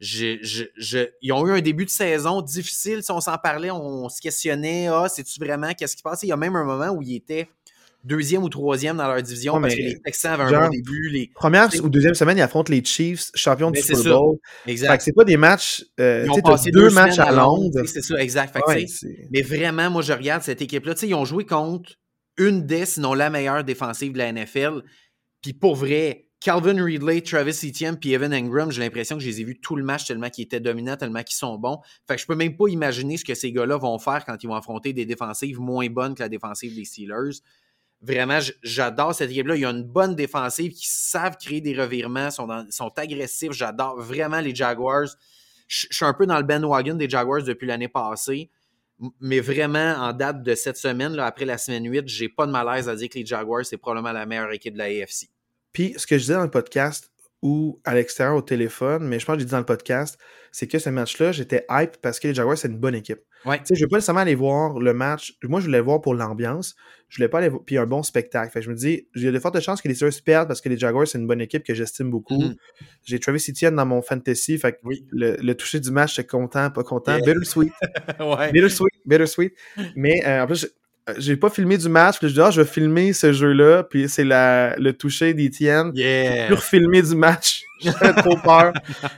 Speaker 2: Ils ont eu un début de saison difficile. Si on s'en parlait, on se questionnait. C'est-tu vraiment? Qu'est-ce qui passe? Il y a même un moment où ils étaient 2e ou 3e dans leur division parce que les Texans avaient un bon début.
Speaker 1: Première ou 2e semaine, ils affrontent les Chiefs, champions du Super Bowl.
Speaker 2: Exact.
Speaker 1: Fait que c'est pas des matchs.
Speaker 2: Ils ont passé 2 matchs à Londres.
Speaker 1: C'est
Speaker 2: ça, exact. Mais vraiment, moi, je regarde cette équipe-là. Ils ont joué contre une des, sinon la meilleure défensive de la NFL. Puis pour vrai, Calvin Ridley, Travis Etienne puis Evan Engram, j'ai l'impression que je les ai vus tout le match tellement qu'ils étaient dominants, tellement qu'ils sont bons. Fait que je peux même pas imaginer ce que ces gars-là vont faire quand ils vont affronter des défensives moins bonnes que la défensive des Steelers. Vraiment, j'adore cette équipe-là. Il y a une bonne défensive qui savent créer des revirements, sont agressifs. J'adore vraiment les Jaguars. Je suis un peu dans le bandwagon des Jaguars depuis l'année passée. Mais vraiment, en date de cette semaine, là, après la semaine 8, j'ai pas de malaise à dire que les Jaguars, c'est probablement la meilleure équipe de la AFC.
Speaker 1: Puis, ce que je disais dans le podcast ou à l'extérieur au téléphone, mais je pense que j'ai dit dans le podcast, c'est que ce match-là, j'étais hype parce que les Jaguars, c'est une bonne équipe. Tu sais, je ne veux pas nécessairement aller voir le match. Moi, je voulais le voir pour l'ambiance. Je voulais pas aller voir. Puis un bon spectacle. Fait que je me dis, il y a de fortes chances que les Steelers perdent parce que les Jaguars, c'est une bonne équipe que j'estime beaucoup. J'ai Travis Etienne dans mon fantasy. Fait que le toucher du match, j'étais content, pas content. Bittersweet. Bittersweet. Mais en plus, j'ai pas filmé du match. Puis je dis, je vais filmer ce jeu-là. Puis c'est le toucher d'Etienne. J'ai plus refilmé du match. J'avais trop peur.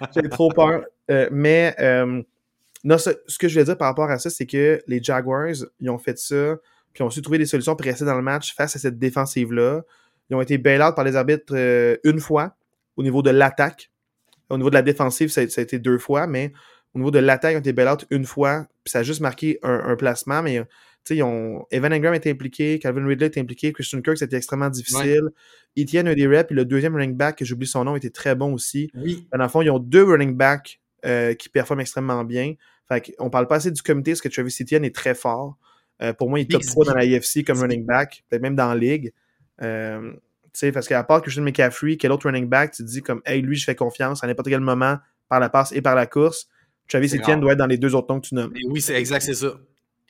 Speaker 1: Non, ce que je voulais dire par rapport à ça, c'est que les Jaguars, ils ont fait ça, puis ils ont su trouver des solutions pour rester dans le match face à cette défensive-là. Ils ont été bail-out par les arbitres une fois au niveau de l'attaque. Au niveau de la défensive, ça a été 2 fois, mais au niveau de l'attaque, ils ont été bail-out une fois, puis ça a juste marqué un placement, mais Evan Engram était impliqué, Calvin Ridley était impliqué, Christian Kirk, c'était extrêmement difficile. Etienne a eu des reps, puis le deuxième running back, que j'oublie son nom, était très bon aussi. Dans le fond, ils ont 2 running backs qui performent extrêmement bien. Fait qu'on parle pas assez du comité, parce que Travis Etienne est très fort. Pour moi, il est top 3 dans la AFC comme running back, peut-être même dans la ligue. sais, parce qu'à part Christian McCaffrey, quel autre running back, tu te dis comme, hey, lui, je fais confiance à n'importe quel moment par la passe et par la course. Travis
Speaker 2: C'est
Speaker 1: Etienne
Speaker 2: rare.
Speaker 1: doit être dans les 2 autres noms que tu nommes.
Speaker 2: Mais oui, c'est exact, c'est ça.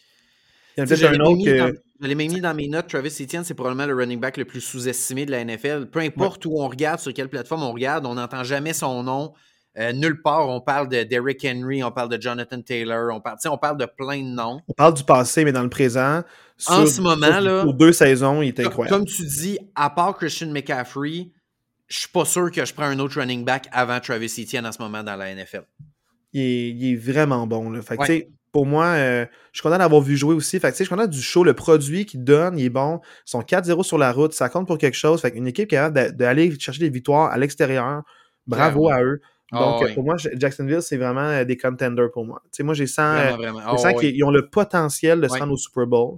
Speaker 1: Il y en a
Speaker 2: Tu sais,
Speaker 1: peut-être un autre que.
Speaker 2: je l'ai même mis dans mes notes. Travis Etienne, c'est probablement le running back le plus sous-estimé de la NFL. Peu
Speaker 1: Ouais.
Speaker 2: importe où on regarde, sur quelle plateforme on regarde, on n'entend jamais son nom. Nulle part, on parle de Derrick Henry, on parle de Jonathan Taylor, on parle de plein de noms.
Speaker 1: On parle du passé, mais dans le présent,
Speaker 2: En ce moment, là,
Speaker 1: sur 2 saisons, il est incroyable.
Speaker 2: comme tu dis, à part Christian McCaffrey, je suis pas sûr que je prends un autre running back avant Travis Etienne en ce moment dans la NFL.
Speaker 1: Il est vraiment bon. Là. Fait que, tu sais, pour moi, je suis content d'avoir vu jouer aussi. Fait que, tu sais, je suis content du show, le produit qu'il donne, il est bon. Ils sont 4-0 sur la route, ça compte pour quelque chose. Fait qu'une équipe qui est capable d'aller chercher des victoires à l'extérieur, bravo à eux. Donc, pour moi, Jacksonville, c'est vraiment des contenders pour moi. Tu sais, moi, j'ai sens qu'ils ont le potentiel de se rendre au Super Bowl.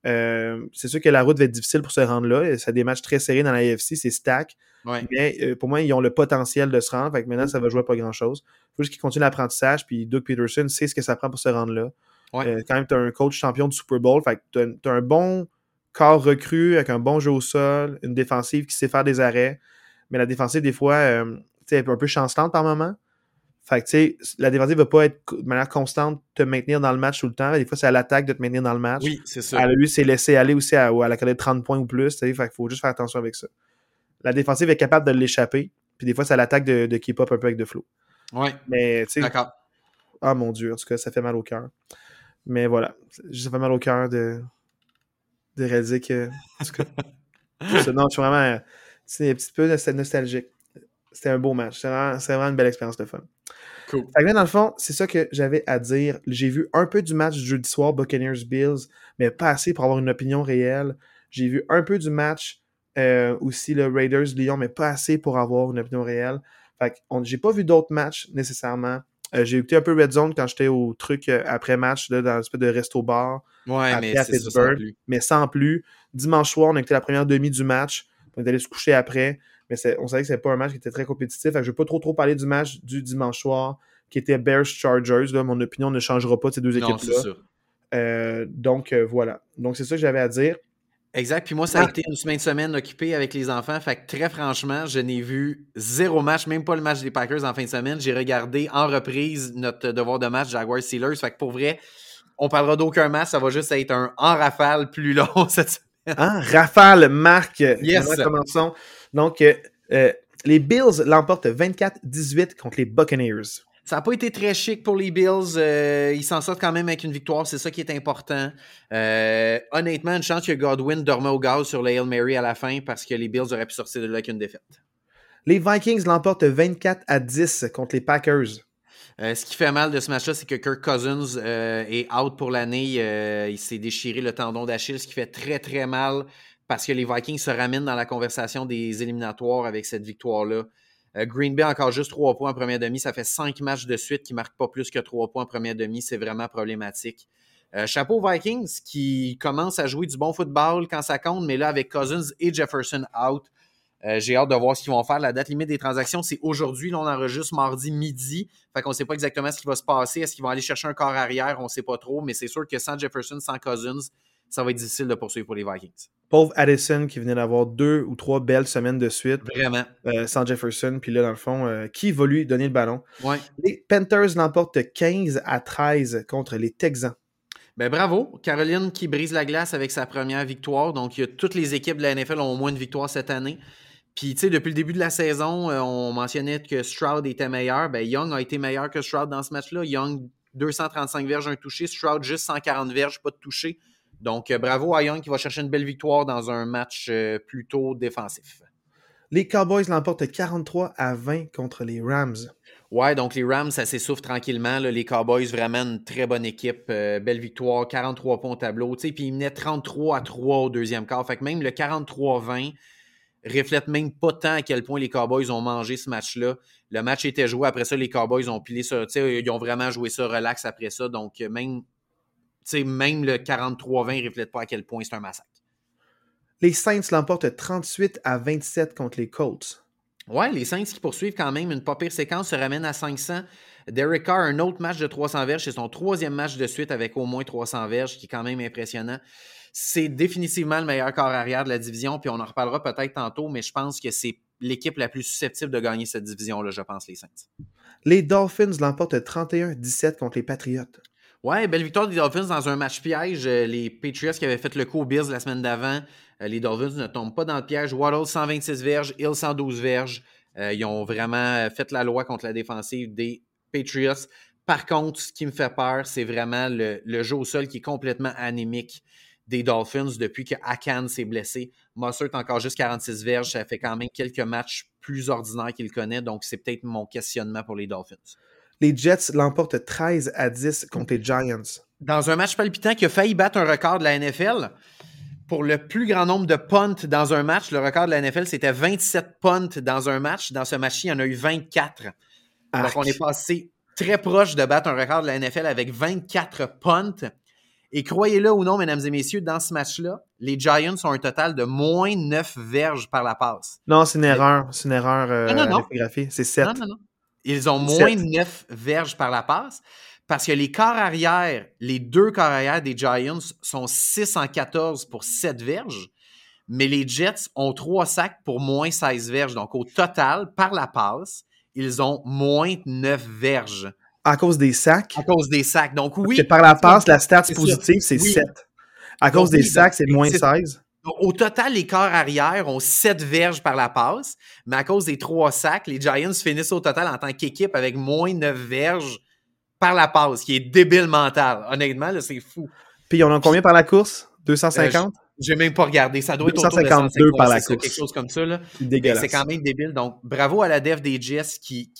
Speaker 1: C'est sûr que la route va être difficile pour se rendre là. C'est des matchs très serrés dans la AFC, c'est stack. Mais pour moi, ils ont le potentiel de se rendre. Fait que maintenant, ça va jouer à pas grand-chose. Il faut juste qu'ils continuent l'apprentissage. Puis Doug Peterson sait ce que ça prend pour se rendre là. Quand même, tu as un coach champion du Super Bowl. Fait que tu as un bon corps recru avec un bon jeu au sol, une défensive qui sait faire des arrêts. Mais la défensive, des fois, elle est un peu chancelante par moment. Fait que, tu sais, la défensive va pas être de manière constante te maintenir dans le match tout le temps. Des fois, c'est à l'attaque de te maintenir dans le match.
Speaker 2: Oui, c'est ça.
Speaker 1: Lui, c'est laisser aller aussi à la cadette de 30 points ou plus. Fait qu'il faut juste faire attention avec ça. La défensive est capable de l'échapper. Puis des fois, c'est à l'attaque de keep up un peu avec de flow.
Speaker 2: Oui.
Speaker 1: Mais, tu sais.
Speaker 2: D'accord.
Speaker 1: Ah, mon Dieu. En tout cas, ça fait mal au cœur. Mais voilà. Ça fait mal au cœur de réaliser que. En tout cas. Non, je suis vraiment. C'est un petit peu nostalgique. C'était un beau match. C'est vraiment une belle expérience de fun.
Speaker 2: Cool.
Speaker 1: Fait que là, dans le fond, c'est ça que j'avais à dire. J'ai vu un peu du match du jeudi soir, Buccaneers-Bills, mais pas assez pour avoir une opinion réelle. J'ai vu un peu du match aussi, le Raiders-Lyon, mais pas assez pour avoir une opinion réelle. Fait que j'ai pas vu d'autres matchs nécessairement. J'ai écouté un peu Red Zone quand j'étais au truc après-match, là, dans l'espèce de resto-bar
Speaker 2: mais
Speaker 1: à Pittsburgh, mais sans plus. Dimanche soir, on a écouté la première demi du match. On est allé se coucher après. Mais on savait que c'était pas un match qui était très compétitif. Fait que je ne vais pas trop parler du match du dimanche soir, qui était Bears-Chargers. Mon opinion ne changera pas de ces deux équipes-là. Donc, voilà. Donc, c'est ça que j'avais à dire.
Speaker 2: Exact. Puis moi, ça a été une semaine occupée avec les enfants. Fait que très franchement, je n'ai vu 0 match, même pas le match des Packers en fin de semaine. J'ai regardé en reprise notre devoir de match Jaguars-Steelers. Fait que pour vrai, on parlera d'aucun match. Ça va juste être un en rafale plus long cette semaine.
Speaker 1: Rafale, Marc.
Speaker 2: Yes.
Speaker 1: Commençons. Donc, les Bills l'emportent 24-18 contre les Buccaneers.
Speaker 2: Ça n'a pas été très chic pour les Bills. Ils s'en sortent quand même avec une victoire. C'est ça qui est important. Honnêtement, une chance que Godwin dormait au gaz sur le Hail Mary à la fin parce que les Bills auraient pu sortir de là avec une défaite.
Speaker 1: Les Vikings l'emportent 24-10 contre les Packers.
Speaker 2: Ce qui fait mal de ce match-là, c'est que Kirk Cousins est out pour l'année. Il s'est déchiré le tendon d'Achille, ce qui fait très, très mal parce que les Vikings se ramènent dans la conversation des éliminatoires avec cette victoire-là. Green Bay encore juste 3 points en première demi. Ça fait 5 matchs de suite qui ne marquent pas plus que 3 points en première demi. C'est vraiment problématique. Chapeau Vikings qui commencent à jouer du bon football quand ça compte, mais là, avec Cousins et Jefferson out, j'ai hâte de voir ce qu'ils vont faire. La date limite des transactions, c'est aujourd'hui. Là, on enregistre mardi midi. Fait qu'on ne sait pas exactement ce qui va se passer. Est-ce qu'ils vont aller chercher un corps arrière? On ne sait pas trop, mais c'est sûr que sans Jefferson, sans Cousins, ça va être difficile de poursuivre pour les Vikings.
Speaker 1: Pauvre Addison qui venait d'avoir 2 ou 3 belles semaines de suite.
Speaker 2: Vraiment.
Speaker 1: Sans Jefferson. Puis là, dans le fond, qui va lui donner le ballon?
Speaker 2: Ouais.
Speaker 1: Les Panthers l'emportent 15-13 contre les Texans.
Speaker 2: Ben bravo. Caroline qui brise la glace avec sa première victoire. Donc, toutes les équipes de la NFL ont au moins une victoire cette année. Puis, tu sais, depuis le début de la saison, on mentionnait que Stroud était meilleur. Ben, Young a été meilleur que Stroud dans ce match-là. Young, 235 verges, un touché. Stroud, juste 140 verges, pas de touché. Donc, bravo à Young qui va chercher une belle victoire dans un match plutôt défensif.
Speaker 1: Les Cowboys l'emportent 43-20 contre les Rams.
Speaker 2: Ouais, donc les Rams, ça s'essouffle tranquillement. Là. Les Cowboys, vraiment une très bonne équipe. Belle victoire, 43 points au tableau. Puis ils menaient 33-3 au deuxième quart. Fait que même le 43-20 reflète même pas tant à quel point les Cowboys ont mangé ce match-là. Le match était joué. Après ça, les Cowboys ont pilé ça. Ils ont vraiment joué ça relax après ça. Donc, même le 43-20 ne reflète pas à quel point c'est un massacre.
Speaker 1: Les Saints l'emportent 38-27 contre les Colts.
Speaker 2: Ouais, les Saints qui poursuivent quand même une pas pire séquence se ramènent à 500. Derek Carr, un autre match de 300 verges. C'est son 3e match de suite avec au moins 300 verges, qui est quand même impressionnant. C'est définitivement le meilleur corps arrière de la division, puis on en reparlera peut-être tantôt, mais je pense que c'est l'équipe la plus susceptible de gagner cette division-là, je pense, les Saints.
Speaker 1: Les Dolphins l'emportent 31-17 contre les Patriots.
Speaker 2: Ouais, belle victoire des Dolphins dans un match piège. Les Patriots qui avaient fait le coup aux Bills la semaine d'avant, les Dolphins ne tombent pas dans le piège. Waddle, 126 verges, Hill, 112 verges. Ils ont vraiment fait la loi contre la défensive des Patriots. Par contre, ce qui me fait peur, c'est vraiment le jeu au sol qui est complètement anémique des Dolphins depuis que Akan s'est blessé. Mossert encore juste 46 verges. Ça fait quand même quelques matchs plus ordinaires qu'il connaît. Donc, c'est peut-être mon questionnement pour les Dolphins.
Speaker 1: Les Jets l'emportent 13-10 contre les Giants.
Speaker 2: Dans un match palpitant qui a failli battre un record de la NFL, pour le plus grand nombre de punts dans un match, le record de la NFL, c'était 27 punts dans un match. Dans ce match-ci, il y en a eu 24. Donc, on est passé très proche de battre un record de la NFL avec 24 punts. Et croyez-le ou non, mesdames et messieurs, dans ce match-là, les Giants ont un total de moins 9 verges par la passe.
Speaker 1: Non, c'est une erreur. C'est une erreur
Speaker 2: non.
Speaker 1: infographie. C'est 7.
Speaker 2: Non. Ils ont moins 9 verges par la passe parce que les corps arrière, les deux corps arrière des Giants sont 6 en 14 pour 7 verges, mais les Jets ont 3 sacs pour moins 16 verges. Donc, au total, par la passe, ils ont moins 9 verges.
Speaker 1: À cause des sacs?
Speaker 2: À cause des sacs. Donc, oui.
Speaker 1: Parce que par la passe, la stat positive, c'est 7. À cause des sacs, c'est moins 16.
Speaker 2: Au total, les corps arrière ont 7 verges par la passe, mais à cause des 3 sacs, les Giants finissent au total en tant qu'équipe avec moins 9 verges par la passe, qui est débile mental. Honnêtement, là, c'est fou.
Speaker 1: Puis, on en a combien par la course? 250?
Speaker 2: J'ai même pas regardé. Ça doit être autour de
Speaker 1: 252 par la course.
Speaker 2: Quelque chose comme ça. Là.
Speaker 1: Dégueulasse.
Speaker 2: C'est quand même débile. Donc, bravo à la def des Jets qui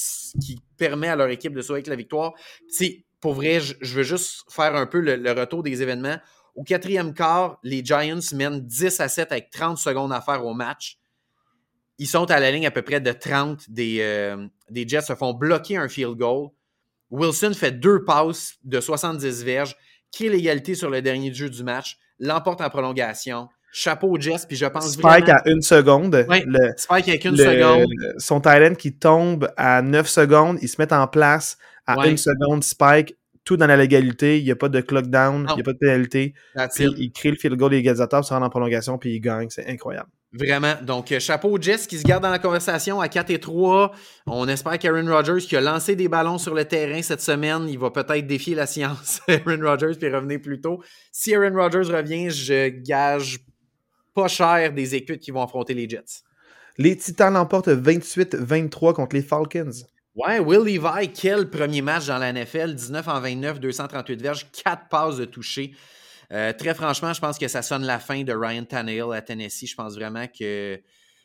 Speaker 2: permet à leur équipe de sauver avec la victoire. Pour vrai, je veux juste faire un peu le retour des événements. Au 4e quart, les Giants mènent 10-7 avec 30 secondes à faire au match. Ils sont à la ligne à peu près de 30 des Jets, se font bloquer un field goal. Wilson fait 2 passes de 70 verges, crée l'égalité sur le dernier jeu du match, l'emporte en prolongation. Chapeau aux Jets, puis je pense
Speaker 1: Spike à 1 seconde.
Speaker 2: Oui, Spike avec 1 seconde.
Speaker 1: Son tight end qui tombe à 9 secondes, ils se mettent en place à 1 seconde. Spike, tout dans la légalité, il n'y a pas de clock down, il n'y a pas de pénalité. Puis il crée le field goal égalisateur, se rend en prolongation, puis il gagne. C'est incroyable.
Speaker 2: Vraiment. Donc, chapeau aux Jets qui se gardent dans la conversation à 4-3. On espère qu'Aaron Rodgers, qui a lancé des ballons sur le terrain cette semaine, il va peut-être défier la science, Aaron Rodgers, puis revenir plus tôt. Si Aaron Rodgers revient, je gage pas cher des équipes qui vont affronter les Jets.
Speaker 1: Les Titans l'emportent 28-23 contre les Falcons.
Speaker 2: Ouais, Will Levis, quel premier match dans la NFL, 19 en 29, 238 verges, 4 passes de toucher. Très franchement, je pense que ça sonne la fin de Ryan Tannehill à Tennessee. Je pense vraiment que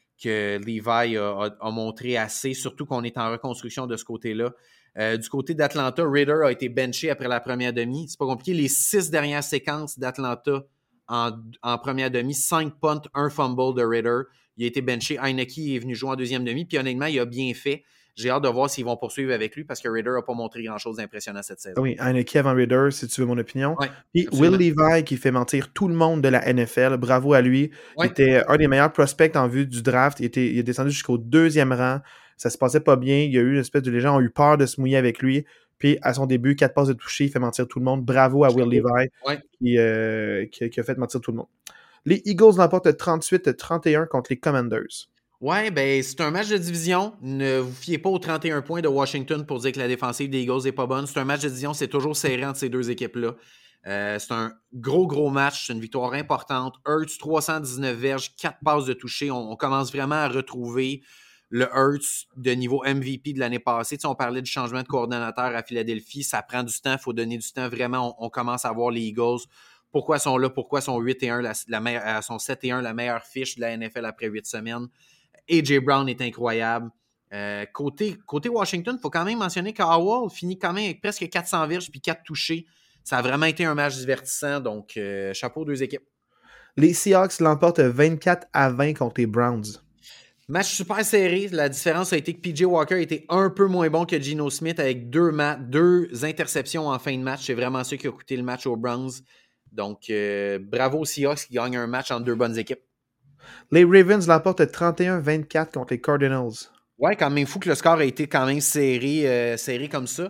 Speaker 2: Levi a montré assez, surtout qu'on est en reconstruction de ce côté-là. Du côté d'Atlanta, Ridder a été benché après la première demi. C'est pas compliqué. Les 6 dernières séquences d'Atlanta en première demi, 5 punts, 1 fumble de Ridder. Il a été benché. Heineke est venu jouer en deuxième demi, puis honnêtement, il a bien fait. J'ai hâte de voir s'ils vont poursuivre avec lui parce que Ridder n'a pas montré grand-chose d'impressionnant cette saison.
Speaker 1: Oui, Heineke avant Ridder, si tu veux mon opinion.
Speaker 2: Ouais,
Speaker 1: puis Will Levis qui fait mentir tout le monde de la NFL. Bravo à lui. Ouais. Il était un des meilleurs prospects en vue du draft. Il est descendu jusqu'au 2e rang. Ça se passait pas bien. Il y a eu une espèce de... Les gens ont eu peur de se mouiller avec lui. Puis à son début, 4 passes de toucher, il fait mentir tout le monde. Bravo à Will Levis qui a fait mentir tout le monde. Les Eagles l'emportent 38-31 contre les Commanders.
Speaker 2: Ouais, ben c'est un match de division. Ne vous fiez pas aux 31 points de Washington pour dire que la défensive des Eagles n'est pas bonne. C'est un match de division, c'est toujours serré entre ces deux équipes-là. C'est un gros match, c'est une victoire importante. Hurts, 319 verges, 4 passes de toucher. On commence vraiment à retrouver le Hurts de niveau MVP de l'année passée. Tu sais, on parlait du changement de coordonnateur à Philadelphie. Ça prend du temps, il faut donner du temps. Vraiment, on commence à voir les Eagles. Pourquoi ils sont là? Pourquoi ils sont 8-1, sont 7-1, la meilleure fiche de la NFL après 8 semaines? A.J. Brown est incroyable. Côté Washington, il faut quand même mentionner qu'Howell finit quand même avec presque 400 verges puis 4 touchés. Ça a vraiment été un match divertissant, donc chapeau aux deux équipes.
Speaker 1: Les Seahawks l'emportent 24-20 contre les Browns.
Speaker 2: Match super serré. La différence a été que P.J. Walker était un peu moins bon que Geno Smith avec 2 interceptions en fin de match. C'est vraiment ça qui a coûté le match aux Browns. Donc, bravo aux Seahawks qui gagnent un match entre 2 bonnes équipes.
Speaker 1: Les Ravens l'emportent 31-24 contre les Cardinals.
Speaker 2: Ouais, quand même fou que le score a été quand même serré comme ça.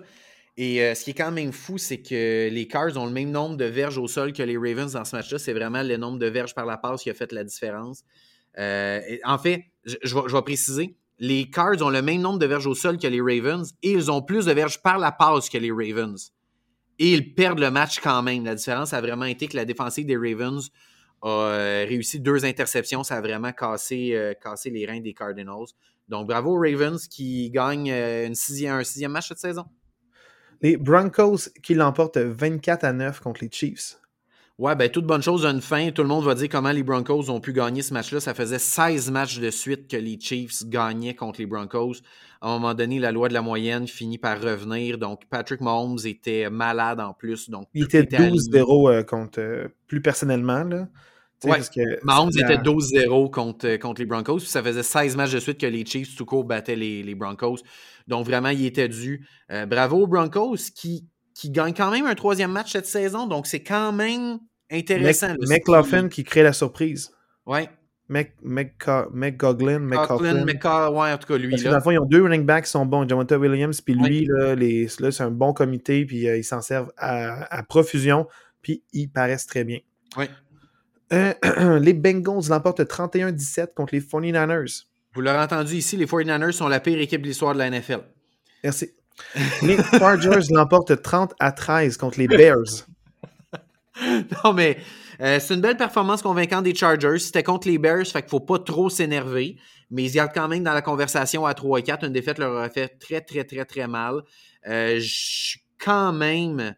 Speaker 2: Et ce qui est quand même fou, c'est que les Cards ont le même nombre de verges au sol que les Ravens dans ce match-là. C'est vraiment le nombre de verges par la passe qui a fait la différence. En fait, je vais préciser, les Cards ont le même nombre de verges au sol que les Ravens et ils ont plus de verges par la passe que les Ravens. Et ils perdent le match quand même. La différence a vraiment été que la défensive des Ravens a réussi 2 interceptions. Ça a vraiment cassé les reins des Cardinals. Donc, bravo aux Ravens qui gagnent un sixième match cette saison.
Speaker 1: Les Broncos qui l'emportent 24-9 contre les Chiefs.
Speaker 2: Ouais, ben toute bonne chose a une fin. Tout le monde va dire comment les Broncos ont pu gagner ce match-là. Ça faisait 16 matchs de suite que les Chiefs gagnaient contre les Broncos. À un moment donné, la loi de la moyenne finit par revenir. Donc, Patrick Mahomes était malade en plus. Donc,
Speaker 1: Il
Speaker 2: tout
Speaker 1: était
Speaker 2: était aligné.
Speaker 1: 12-0 contre plus personnellement. Là.
Speaker 2: Ouais,
Speaker 1: Parce que
Speaker 2: Mahomes était 12-0 contre les Broncos. Puis ça faisait 16 matchs de suite que les Chiefs tout court battaient les Broncos. Donc, vraiment, il était dû. Bravo aux Broncos qui gagnent quand même un 3e match cette saison. Donc, c'est quand même intéressant.
Speaker 1: McLaughlin qui crée la surprise.
Speaker 2: Ouais.
Speaker 1: McGoglin.
Speaker 2: Ouais, en tout cas, lui.
Speaker 1: Parce que dans le fond, ils ont 2 running backs qui sont bons. Javonte Williams, puis lui,
Speaker 2: Ouais.
Speaker 1: là, c'est un bon comité, puis ils s'en servent à profusion, puis ils paraissent très bien.
Speaker 2: Ouais.
Speaker 1: Les Bengals l'emportent 31-17 contre les 49ers.
Speaker 2: Vous l'aurez entendu ici, les 49ers sont la pire équipe de l'histoire de la NFL.
Speaker 1: Merci. Les Chargers l'emportent 30-13 contre les Bears.
Speaker 2: Non, mais c'est une belle performance convaincante des Chargers. C'était contre les Bears, fait qu'il ne faut pas trop s'énerver. Mais ils gardent quand même dans la conversation à 3-4. Une défaite leur aurait fait très, très, très, très mal. Je suis quand même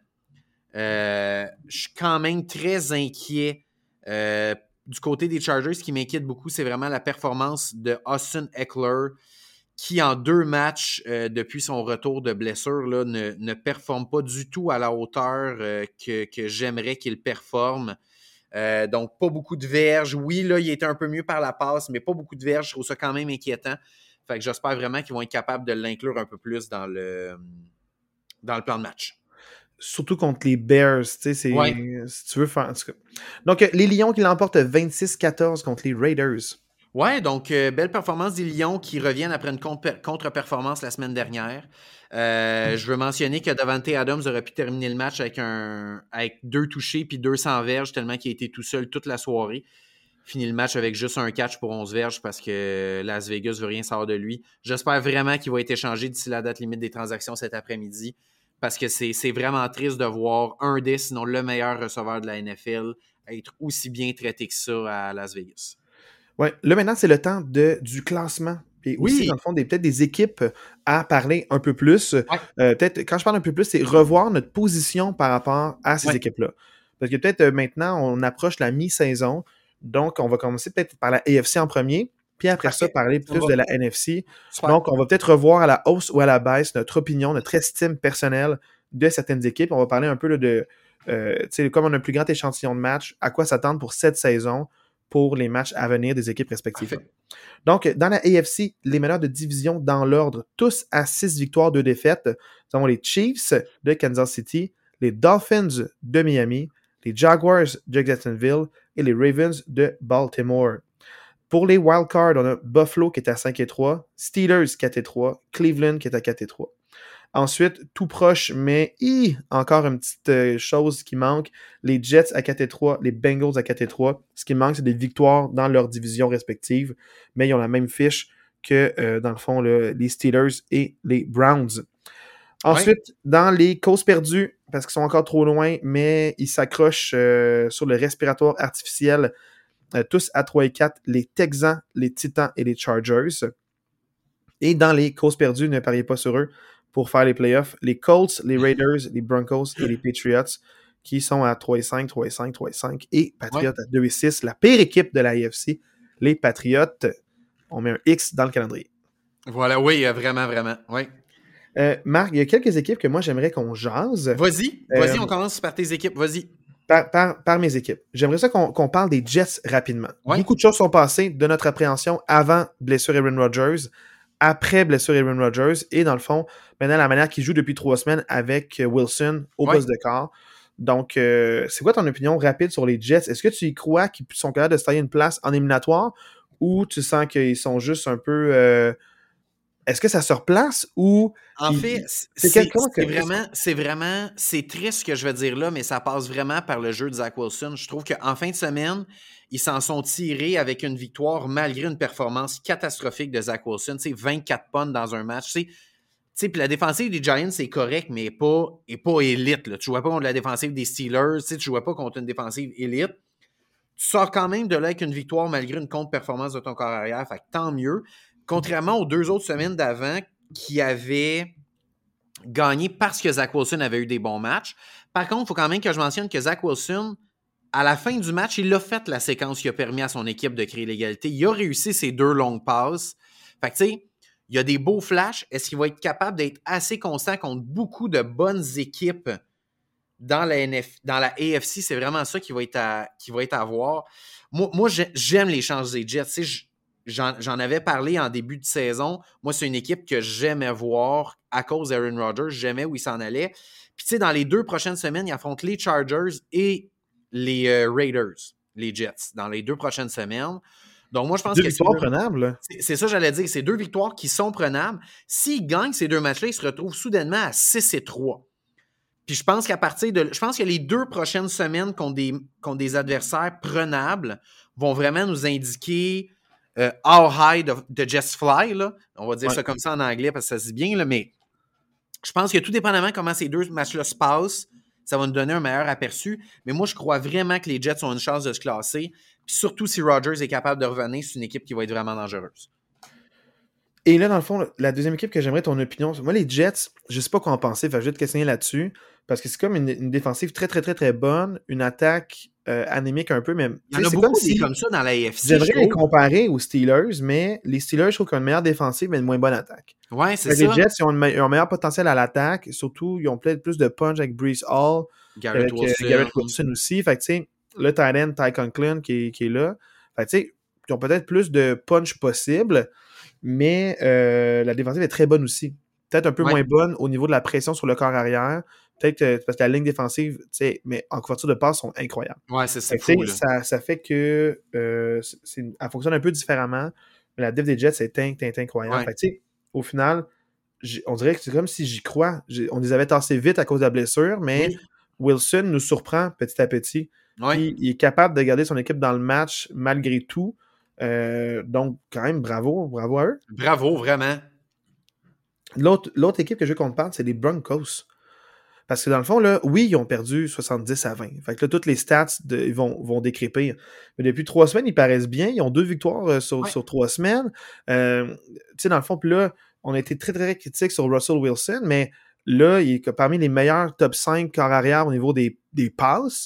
Speaker 2: très inquiet du côté des Chargers. Ce qui m'inquiète beaucoup, c'est vraiment la performance de Austin Eckler, qui en 2 matchs depuis son retour de blessure là, ne performe pas du tout à la hauteur que j'aimerais qu'il performe. Donc, pas beaucoup de verges. Oui, là, il était un peu mieux par la passe, mais pas beaucoup de verges. Je trouve ça quand même inquiétant. Fait que j'espère vraiment qu'ils vont être capables de l'inclure un peu plus dans le plan de match.
Speaker 1: Surtout contre les Bears, tu sais, si tu veux faire... En tout cas. Donc, les Lions qui l'emportent 26-14 contre les Raiders.
Speaker 2: Ouais, donc belle performance des Lions qui reviennent après une contre-performance la semaine dernière. Je veux mentionner que Davante Adams aurait pu terminer le match avec 2 touchés puis 200 verges tellement qu'il a été tout seul toute la soirée. Fini le match avec juste un catch pour 11 verges parce que Las Vegas veut rien savoir de lui. J'espère vraiment qu'il va être échangé d'ici la date limite des transactions cet après-midi parce que c'est vraiment triste de voir un des, sinon le meilleur receveur de la NFL, être aussi bien traité que ça à Las Vegas.
Speaker 1: Ouais, là maintenant, c'est le temps du classement. Et aussi, dans le fond, peut-être des équipes à parler un peu plus. Peut-être, quand je parle un peu plus, c'est revoir notre position par rapport à ces équipes-là. Parce que peut-être maintenant, on approche la mi-saison. Donc, on va commencer peut-être par la AFC en premier. Puis après ça, parler plus de la NFC. Super. Donc, on va peut-être revoir à la hausse ou à la baisse notre opinion, notre estime personnelle de certaines équipes. On va parler un peu là, de, comme on a un plus grand échantillon de matchs, à quoi s'attendre pour cette saison pour les matchs à venir des équipes respectives. Donc, dans la AFC, les meneurs de division dans l'ordre, tous à 6 victoires, 2 défaites. Nous avons les Chiefs de Kansas City, les Dolphins de Miami, les Jaguars de Jacksonville et les Ravens de Baltimore. Pour les wildcards, on a Buffalo qui est à 5-3, Steelers 4-3, Cleveland qui est à 4-3. Ensuite, tout proche, mais encore une petite chose qui manque, les Jets à 4-3, les Bengals à 4-3. Ce qui manque, c'est des victoires dans leurs divisions respectives, mais ils ont la même fiche que, dans le fond, les Steelers et les Browns. Ensuite, dans les causes perdues, parce qu'ils sont encore trop loin, mais ils s'accrochent sur le respiratoire artificiel, tous à 3-4, les Texans, les Titans et les Chargers. Et dans les causes perdues, ne pariez pas sur eux, pour faire les playoffs, les Colts, les Raiders, les Broncos et les Patriots qui sont à 3-5, 3-5, 3-5 et Patriots à 2-6. La pire équipe de la AFC, les Patriots. On met un X dans le calendrier.
Speaker 2: Voilà, oui, vraiment, vraiment. Oui.
Speaker 1: Marc, il y a quelques équipes que moi j'aimerais qu'on jase.
Speaker 2: Vas-y, on commence par tes équipes, vas-y.
Speaker 1: Par mes équipes. J'aimerais ça qu'on parle des Jets rapidement. Beaucoup de choses sont passées de notre appréhension avant blessure Aaron Rodgers, après blessure Aaron Rodgers, et dans le fond, maintenant la manière qu'il joue depuis 3 semaines avec Wilson au poste de quart. Donc, c'est quoi ton opinion rapide sur les Jets? Est-ce que tu y crois qu'ils sont capables de se tailler une place en éliminatoire ou tu sens qu'ils sont juste un peu est-ce que ça se replace ou
Speaker 2: En fait, c'est triste ce que je veux dire là, mais ça passe vraiment par le jeu de Zach Wilson. Je trouve qu'en fin de semaine, ils s'en sont tirés avec une victoire malgré une performance catastrophique de Zach Wilson. 24 punts dans un match. Puis la défensive des Giants, c'est correct, mais pas élite. Là. Tu ne jouais pas contre la défensive des Steelers, tu ne jouais pas contre une défensive élite. Tu sors quand même de là avec une victoire malgré une contre-performance de ton corps arrière. Fait que tant mieux. Contrairement aux 2 autres semaines d'avant qui avaient gagné parce que Zach Wilson avait eu des bons matchs. Par contre, il faut quand même que je mentionne que Zach Wilson, à la fin du match, il a fait la séquence qui a permis à son équipe de créer l'égalité. Il a réussi ses 2 longues passes. Fait que, tu sais, il y a des beaux flashs. Est-ce qu'il va être capable d'être assez constant contre beaucoup de bonnes équipes dans la AFC? C'est vraiment ça qui va être à voir. Moi j'aime les chances des Jets. J'en avais parlé en début de saison. Moi, c'est une équipe que j'aimais voir à cause d'Aaron Rodgers. J'aimais où il s'en allait. Puis, tu sais, dans les 2 prochaines semaines, ils affrontent les Chargers et les Raiders, les Jets, dans les 2 prochaines semaines. Donc, moi, je pense
Speaker 1: 2 victoires prenables.
Speaker 2: C'est ça, j'allais dire. C'est 2 victoires qui sont prenables. S'ils gagnent ces 2 matchs-là, ils se retrouvent soudainement à 6-3. Puis je pense je pense que les 2 prochaines semaines contre des adversaires prenables vont vraiment nous indiquer how high de Just Fly. Là. On va dire ça comme ça en anglais parce que ça se dit bien, là, mais je pense que tout dépendamment comment ces 2 matchs-là se passent, ça va nous donner un meilleur aperçu. Mais moi, je crois vraiment que les Jets ont une chance de se classer. Puis surtout si Rodgers est capable de revenir, c'est une équipe qui va être vraiment dangereuse.
Speaker 1: Et là, dans le fond, la deuxième équipe que j'aimerais ton opinion, moi, les Jets, je sais pas quoi en penser, je vais te questionner là-dessus, parce que c'est comme une défensive très, très, très, très bonne, une attaque anémique un peu, mais
Speaker 2: il y en a beaucoup comme ça dans la AFC.
Speaker 1: J'aimerais les comparer aux Steelers, mais les Steelers, je trouve qu'ils ont une meilleure défensive, mais une moins bonne attaque.
Speaker 2: Ouais, c'est ça.
Speaker 1: Les Jets, ils ont un meilleur potentiel à l'attaque, surtout, ils ont peut-être plus de punch avec Breece Hall,
Speaker 2: Garrett
Speaker 1: Wilson aussi, fait que tu sais, le tight end, Ty Conklin qui est là, fait que tu sais, ils ont peut-être plus de punch possible, mais la défensive est très bonne aussi. Peut-être un peu moins bonne au niveau de la pression sur le corps arrière. Peut-être parce que la ligne défensive, mais en couverture de passe, sont incroyables.
Speaker 2: Ouais, c'est fou.
Speaker 1: Ça fait que elle fonctionne un peu différemment, mais la def des Jets, c'est incroyable.
Speaker 2: Ouais.
Speaker 1: Fait que, au final, on dirait que c'est comme si j'y crois. On les avait tassés vite à cause de la blessure, mais Wilson nous surprend petit à petit. Puis, il est capable de garder son équipe dans le match malgré tout. Donc, quand même, bravo à eux.
Speaker 2: Bravo, vraiment.
Speaker 1: L'autre équipe que je veux qu'on te parle, c'est les Broncos. Parce que dans le fond, là, oui, ils ont perdu 70-20. Fait que là, toutes les stats ils vont décrépir. Mais depuis 3 semaines, ils paraissent bien. Ils ont 2 victoires sur 3 semaines. Tu sais, dans le fond, puis là, on a été très, très critique sur Russell Wilson, mais là, il est parmi les meilleurs top 5 corps arrière au niveau des passes,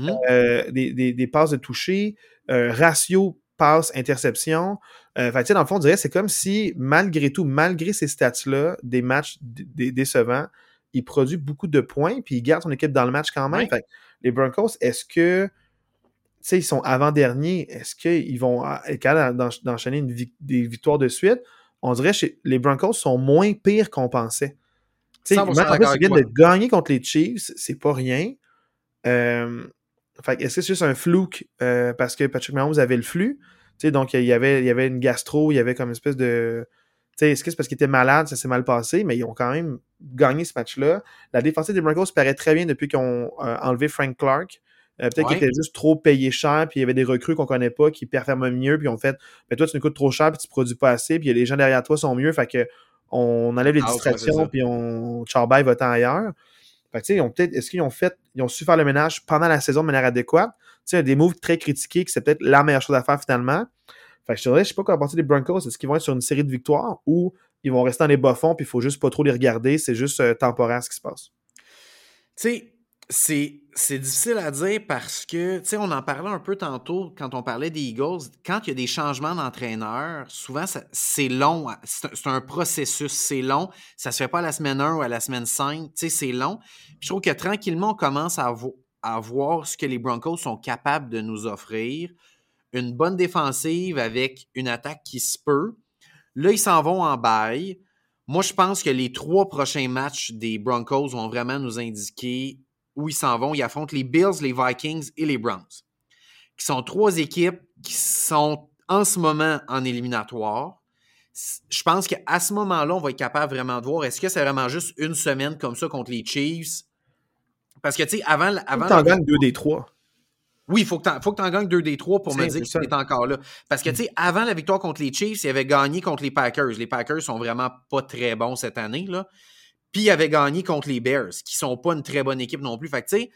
Speaker 1: des passes de toucher, ratio passe-interception. Fait que, tu sais, dans le fond, on dirait que c'est comme si, malgré tout, malgré ces stats-là, des matchs décevants, il produit beaucoup de points, puis il garde son équipe dans le match quand même. Fait que les Broncos, est-ce que, tu sais, ils sont avant-derniers, est-ce qu'ils vont être capables d'enchaîner des victoires de suite? On dirait que les Broncos sont moins pires qu'on pensait. Tu sais, en plus, ils viennent de gagner contre les Chiefs, c'est pas rien. Fait que est-ce que c'est juste un fluke parce que Patrick Mahomes avait le flux? Tu sais, donc il y avait une gastro, il y avait comme une espèce de... Est-ce que c'est parce qu'il était malade, ça s'est mal passé, mais ils ont quand même gagné ce match-là. La défensive des Broncos paraît très bien depuis qu'ils ont enlevé Frank Clark. Peut-être qu'il était juste trop payé cher, puis il y avait des recrues qu'on connaît pas qui performent mieux, puis on fait toi, tu nous coûtes trop cher, puis tu produis pas assez, puis les gens derrière toi sont mieux, fait que on enlève les distractions, puis on Charbay va-t'en ailleurs. Fait que, tu sais, est-ce qu'ils ont su faire le ménage pendant la saison de manière adéquate? Tu sais, des moves très critiqués, que c'est peut-être la meilleure chose à faire finalement. Fait que je sais pas quoi penser des Broncos. Est-ce qu'ils vont être sur une série de victoires ou ils vont rester dans les bas-fonds puis il faut juste pas trop les regarder? C'est juste temporaire ce qui se passe.
Speaker 2: Tu sais, c'est difficile à dire parce que, tu sais, on en parlait un peu tantôt quand on parlait des Eagles. Quand il y a des changements d'entraîneur, souvent, c'est long. C'est un processus. C'est long. Ça se fait pas à la semaine 1 ou à la semaine 5. Tu sais, c'est long. Puis je trouve que tranquillement, on commence à voir ce que les Broncos sont capables de nous offrir. Une bonne défensive avec une attaque qui se peut. Là, ils s'en vont en bail. Moi, je pense que les 3 prochains matchs des Broncos vont vraiment nous indiquer où ils s'en vont. Ils affrontent les Bills, les Vikings et les Browns, qui sont 3 équipes qui sont en ce moment en éliminatoire. je pense qu'à ce moment-là, on va être capable vraiment de voir est-ce que c'est vraiment juste une semaine comme ça contre les Chiefs? Parce que, tu sais, avant
Speaker 1: Tu en gagnes 2 des 3.
Speaker 2: Oui, il faut que tu en gagnes 2 des 3 pour me dire que tu es encore là. Parce que, tu sais, avant la victoire contre les Chiefs, il avait gagné contre les Packers. Les Packers sont vraiment pas très bons cette année, là. Puis il avait gagné contre les Bears, qui sont pas une très bonne équipe non plus. Fait que, tu sais,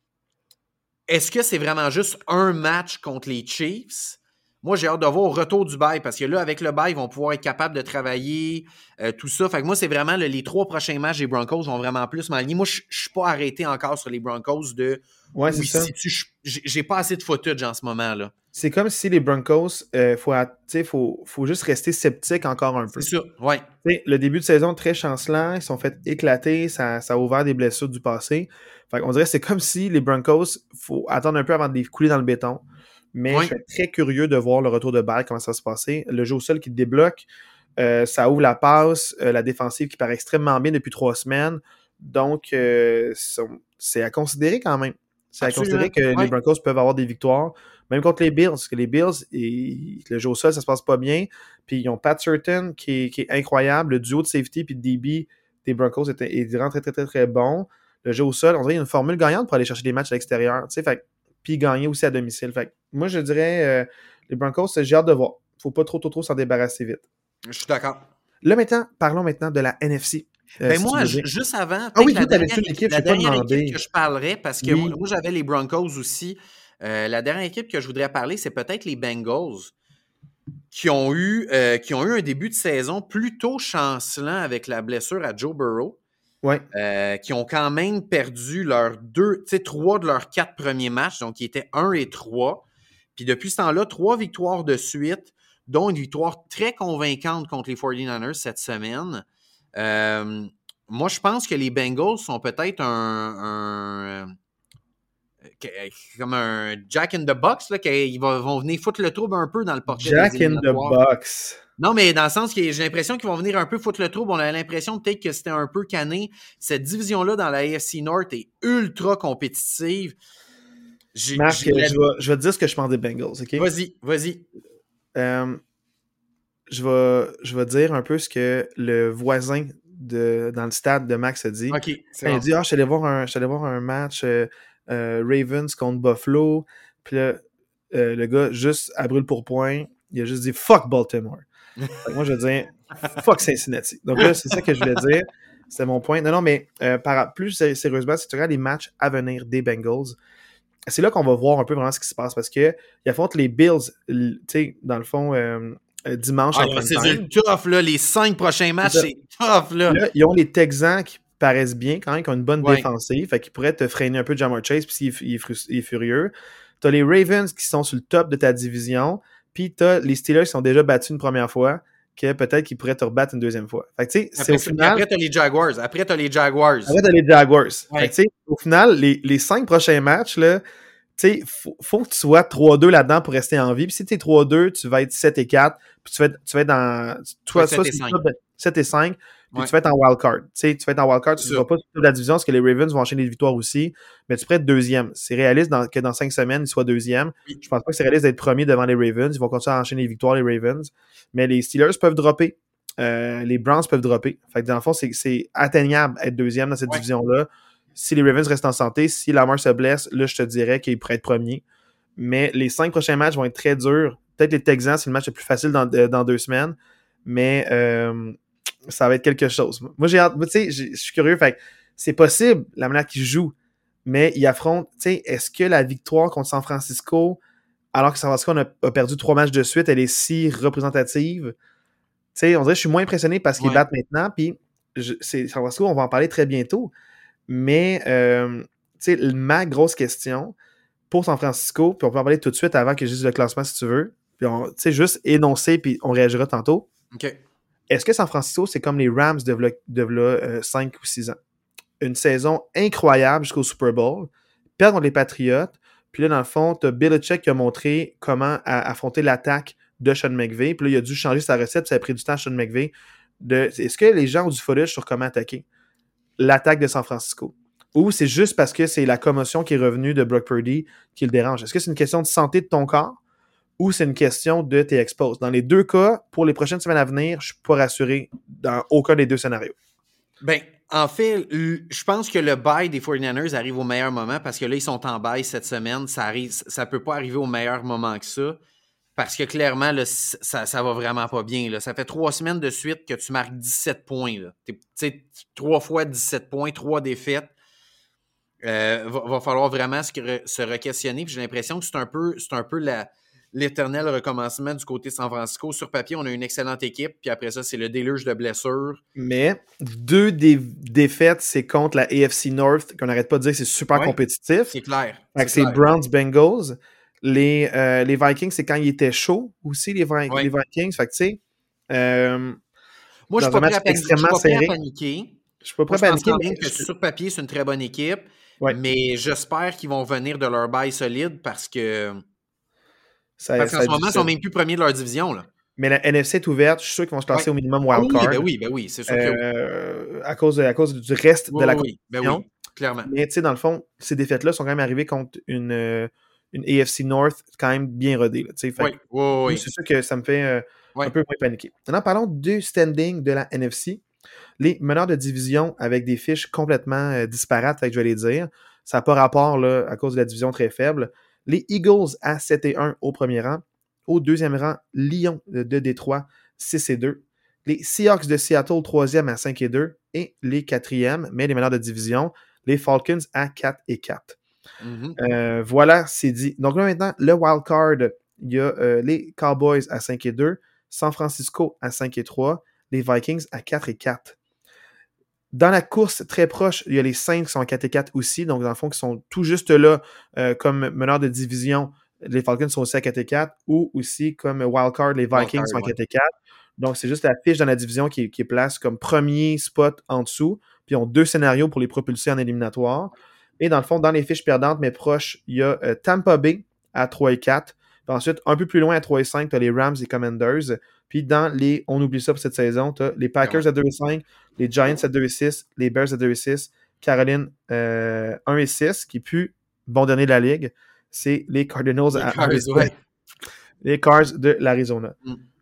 Speaker 2: est-ce que c'est vraiment juste un match contre les Chiefs? Moi, j'ai hâte de voir au retour du bye, parce que là, avec le bye, ils vont pouvoir être capables de travailler, tout ça. Fait que moi, c'est vraiment les 3 prochains matchs des Broncos vont vraiment plus m'aligner. Moi, je suis pas arrêté encore sur les Broncos de...
Speaker 1: Ouais, c'est ça.
Speaker 2: J'ai pas assez de footage en ce moment, là.
Speaker 1: C'est comme si les Broncos, faut juste rester sceptique encore un peu.
Speaker 2: C'est ça, ouais.
Speaker 1: T'sais, le début de saison, très chancelant, ils se sont fait éclater, ça a ouvert des blessures du passé. Fait qu'on dirait que c'est comme si les Broncos, faut attendre un peu avant de les couler dans le béton. Mais je suis très curieux de voir le retour de balle, comment ça va se passer. Le jeu au sol qui débloque, ça ouvre la passe, la défensive qui paraît extrêmement bien depuis 3 semaines. Donc, c'est à considérer quand même. C'est à considérer que les Broncos peuvent avoir des victoires, même contre les Bills, parce que les Bills, le jeu au sol, ça se passe pas bien. Puis ils ont Pat Surtain qui est incroyable. Le duo de safety puis de DB des Broncos est vraiment très, très, très, très bon. Le jeu au sol, on dirait qu'il y a une formule gagnante pour aller chercher des matchs à l'extérieur. Puis gagner aussi à domicile. Fait moi, je dirais, les Broncos, j'ai hâte de voir. Faut pas trop s'en débarrasser vite.
Speaker 2: Je suis d'accord.
Speaker 1: Là, maintenant, parlons maintenant de la NFC.
Speaker 2: Moi, juste avant,
Speaker 1: la dernière équipe
Speaker 2: que je parlerais, parce que moi j'avais les Broncos aussi. La dernière équipe que je voudrais parler, c'est peut-être les Bengals, qui ont eu un début de saison plutôt chancelant avec la blessure à Joe Burrow.
Speaker 1: Ouais.
Speaker 2: Qui ont quand même perdu 3 de leurs 4 premiers matchs, donc qui étaient 1-3. Puis depuis ce temps-là, 3 victoires de suite, dont une victoire très convaincante contre les 49ers cette semaine. Moi, je pense que les Bengals sont peut-être comme un Jack in the Box, là, qu'ils vont venir foutre le trouble un peu dans le portrait
Speaker 1: Jack in the Box.
Speaker 2: Non, mais dans le sens que j'ai l'impression qu'ils vont venir un peu foutre le trouble. On a l'impression peut-être que c'était un peu canné. Cette division-là dans la AFC North est ultra compétitive.
Speaker 1: Marc, je vais te dire ce que je pense des Bengals, OK?
Speaker 2: Vas-y.
Speaker 1: Je vais dire un peu ce que le voisin dans le stade de Max a dit.
Speaker 2: OK.
Speaker 1: Il dit, je suis allé voir un match Ravens contre Buffalo. Puis là, le gars, juste à brûle pour point, il a juste dit « Fuck Baltimore ». Moi, je veux dire « Fuck Cincinnati ». Donc là, c'est ça que je voulais dire. C'était mon point. Non, mais plus sérieusement, si tu regardes les matchs à venir des Bengals, c'est là qu'on va voir un peu vraiment ce qui se passe parce qu'ils affrontent les Bills, tu sais, dans le fond, dimanche en prime time.
Speaker 2: C'est tough, là. Les 5 prochains matchs, c'est tough, là.
Speaker 1: Là. Ils ont les Texans qui paraissent bien quand même, qui ont une bonne défensive, fait qu'ils pourraient te freiner un peu Ja'Marr Chase, puis s'il est furieux. T'as les Ravens qui sont sur le top de ta division, puis t'as les Steelers qui sont déjà battus une première fois, que peut-être qu'ils pourraient te rebattre une deuxième fois. Fait que tu sais, c'est au final...
Speaker 2: Après, t'as les Jaguars.
Speaker 1: Fait que tu sais, au final, les 5 prochains matchs, là, tu sais, faut que tu sois 3-2 là-dedans pour rester en vie. Puis si tu es 3-2, tu vas être 7-4. Puis tu vas être dans... Toi, 7-5. Puis tu vas être en wildcard. Tu sais, tu vas être en wildcard, tu ne vas pas sur la division parce que les Ravens vont enchaîner les victoires aussi. Mais tu pourrais être deuxième. C'est réaliste que dans 5 semaines, ils soient deuxième. Je pense pas que c'est réaliste d'être premier devant les Ravens. Ils vont continuer à enchaîner les victoires, les Ravens. Mais les Steelers peuvent dropper. Les Browns peuvent dropper. Fait que dans le fond, c'est atteignable être deuxième dans cette division-là. Si les Ravens restent en santé, si Lamar se blesse, là, je te dirais qu'il pourrait être premier. Mais les 5 prochains matchs vont être très durs. Peut-être les Texans, c'est le match le plus facile dans 2 semaines. Mais ça va être quelque chose. Moi, j'ai hâte. Tu sais, je suis curieux. Fait que c'est possible, la manière qu'ils jouent. Mais ils affrontent, tu sais, est-ce que la victoire contre San Francisco, alors que San Francisco a perdu 3 matchs de suite, elle est si représentative? Tu sais, on dirait que je suis moins impressionné parce qu'ils battent maintenant. Puis, San Francisco, on va en parler très bientôt. Mais, tu sais, ma grosse question pour San Francisco, puis on peut en parler tout de suite avant que je dise le classement si tu veux, puis tu sais, juste énoncer, puis on réagira tantôt.
Speaker 2: OK.
Speaker 1: Est-ce que San Francisco, c'est comme les Rams de 5 ou 6 ans? Une saison incroyable jusqu'au Super Bowl, perdre contre les Patriots, puis là, dans le fond, tu as Belichick qui a montré comment affronter l'attaque de Sean McVay, puis là, il a dû changer sa recette, puis ça a pris du temps à Sean McVay. Est-ce que les gens ont du footage sur comment attaquer l'attaque de San Francisco? Ou c'est juste parce que c'est la commotion qui est revenue de Brock Purdy qui le dérange? Est-ce que c'est une question de santé de ton corps? ou c'est une question de t'es expose. Dans les deux cas, pour les prochaines semaines à venir, je suis pas rassuré dans aucun des deux scénarios.
Speaker 2: Ben, en fait, je pense que le bye des 49ers arrive au meilleur moment parce que là, ils sont en bye cette semaine. Ça peut pas arriver au meilleur moment que ça. Parce que clairement, là, ça va vraiment pas bien. Là. Ça fait 3 semaines de suite que tu marques 17 points. Tu sais, 3 fois 17 points, 3 défaites. Va falloir vraiment se re-questionner. Puis j'ai l'impression que c'est un peu l'éternel recommencement du côté de San Francisco. Sur papier, on a une excellente équipe. Puis après ça, c'est le déluge de blessures.
Speaker 1: Mais 2 des défaites, c'est contre la AFC North, qu'on n'arrête pas de dire que c'est super compétitif.
Speaker 2: C'est clair.
Speaker 1: C'est Browns-Bengals. Les Vikings, c'est quand il était chaud aussi, les Vikings. Fait que tu sais...
Speaker 2: moi, je suis pas prêt à paniquer.
Speaker 1: Je suis pas prêt à paniquer.
Speaker 2: Mais sur papier, c'est une très bonne équipe. Ouais. Mais j'espère qu'ils vont venir de leur bail solide parce qu'en ce moment, ils sont même plus premiers de leur division. Là.
Speaker 1: Mais la NFC est ouverte. Je suis sûr qu'ils vont se classer au minimum wildcard.
Speaker 2: Oui, c'est sûr que
Speaker 1: à cause du reste de la
Speaker 2: compétition. Oui, clairement.
Speaker 1: Mais tu sais, dans le fond, ces défaites-là sont quand même arrivées contre une AFC North quand même bien rodée. Là, c'est sûr que ça me fait un peu moins paniquer. Maintenant, parlons du standing de la NFC. Les meneurs de division avec des fiches complètement disparates, fait que je vais les dire. Ça n'a pas rapport là, à cause de la division très faible. Les Eagles à 7-1 au premier rang. Au deuxième rang, Lyon de Détroit, 6-2. Les Seahawks de Seattle, 3e à 5-2. Et les 4e, mais les meneurs de division, les Falcons à 4-4. Mm-hmm. Voilà, c'est dit. Donc là maintenant, le wild card, il y a les Cowboys à 5-2, San Francisco à 5-3, les Vikings à 4-4. Dans la course très proche, il y a les Saints qui sont à 4-4 aussi, donc dans le fond, qui sont tout juste là comme meneurs de division. Les Falcons sont aussi à 4-4, ou aussi comme wildcard, les Vikings sont à 4-4. Donc, c'est juste la fiche dans la division qui place comme premier spot en dessous, puis ils ont 2 scénarios pour les propulser en éliminatoire. Et dans le fond, dans les fiches perdantes, mais proches, il y a Tampa Bay à 3-4. Puis ensuite, un peu plus loin à 3-5, tu as les Rams et Commanders. Puis dans les, on oublie ça pour cette saison, tu as les Packers à 2-5, les Giants à 2-6, les Bears à 2-6, Caroline 1-6, qui est plus bon dernier de la ligue. C'est les Cardinals à 1-6. Les Cards de l'Arizona.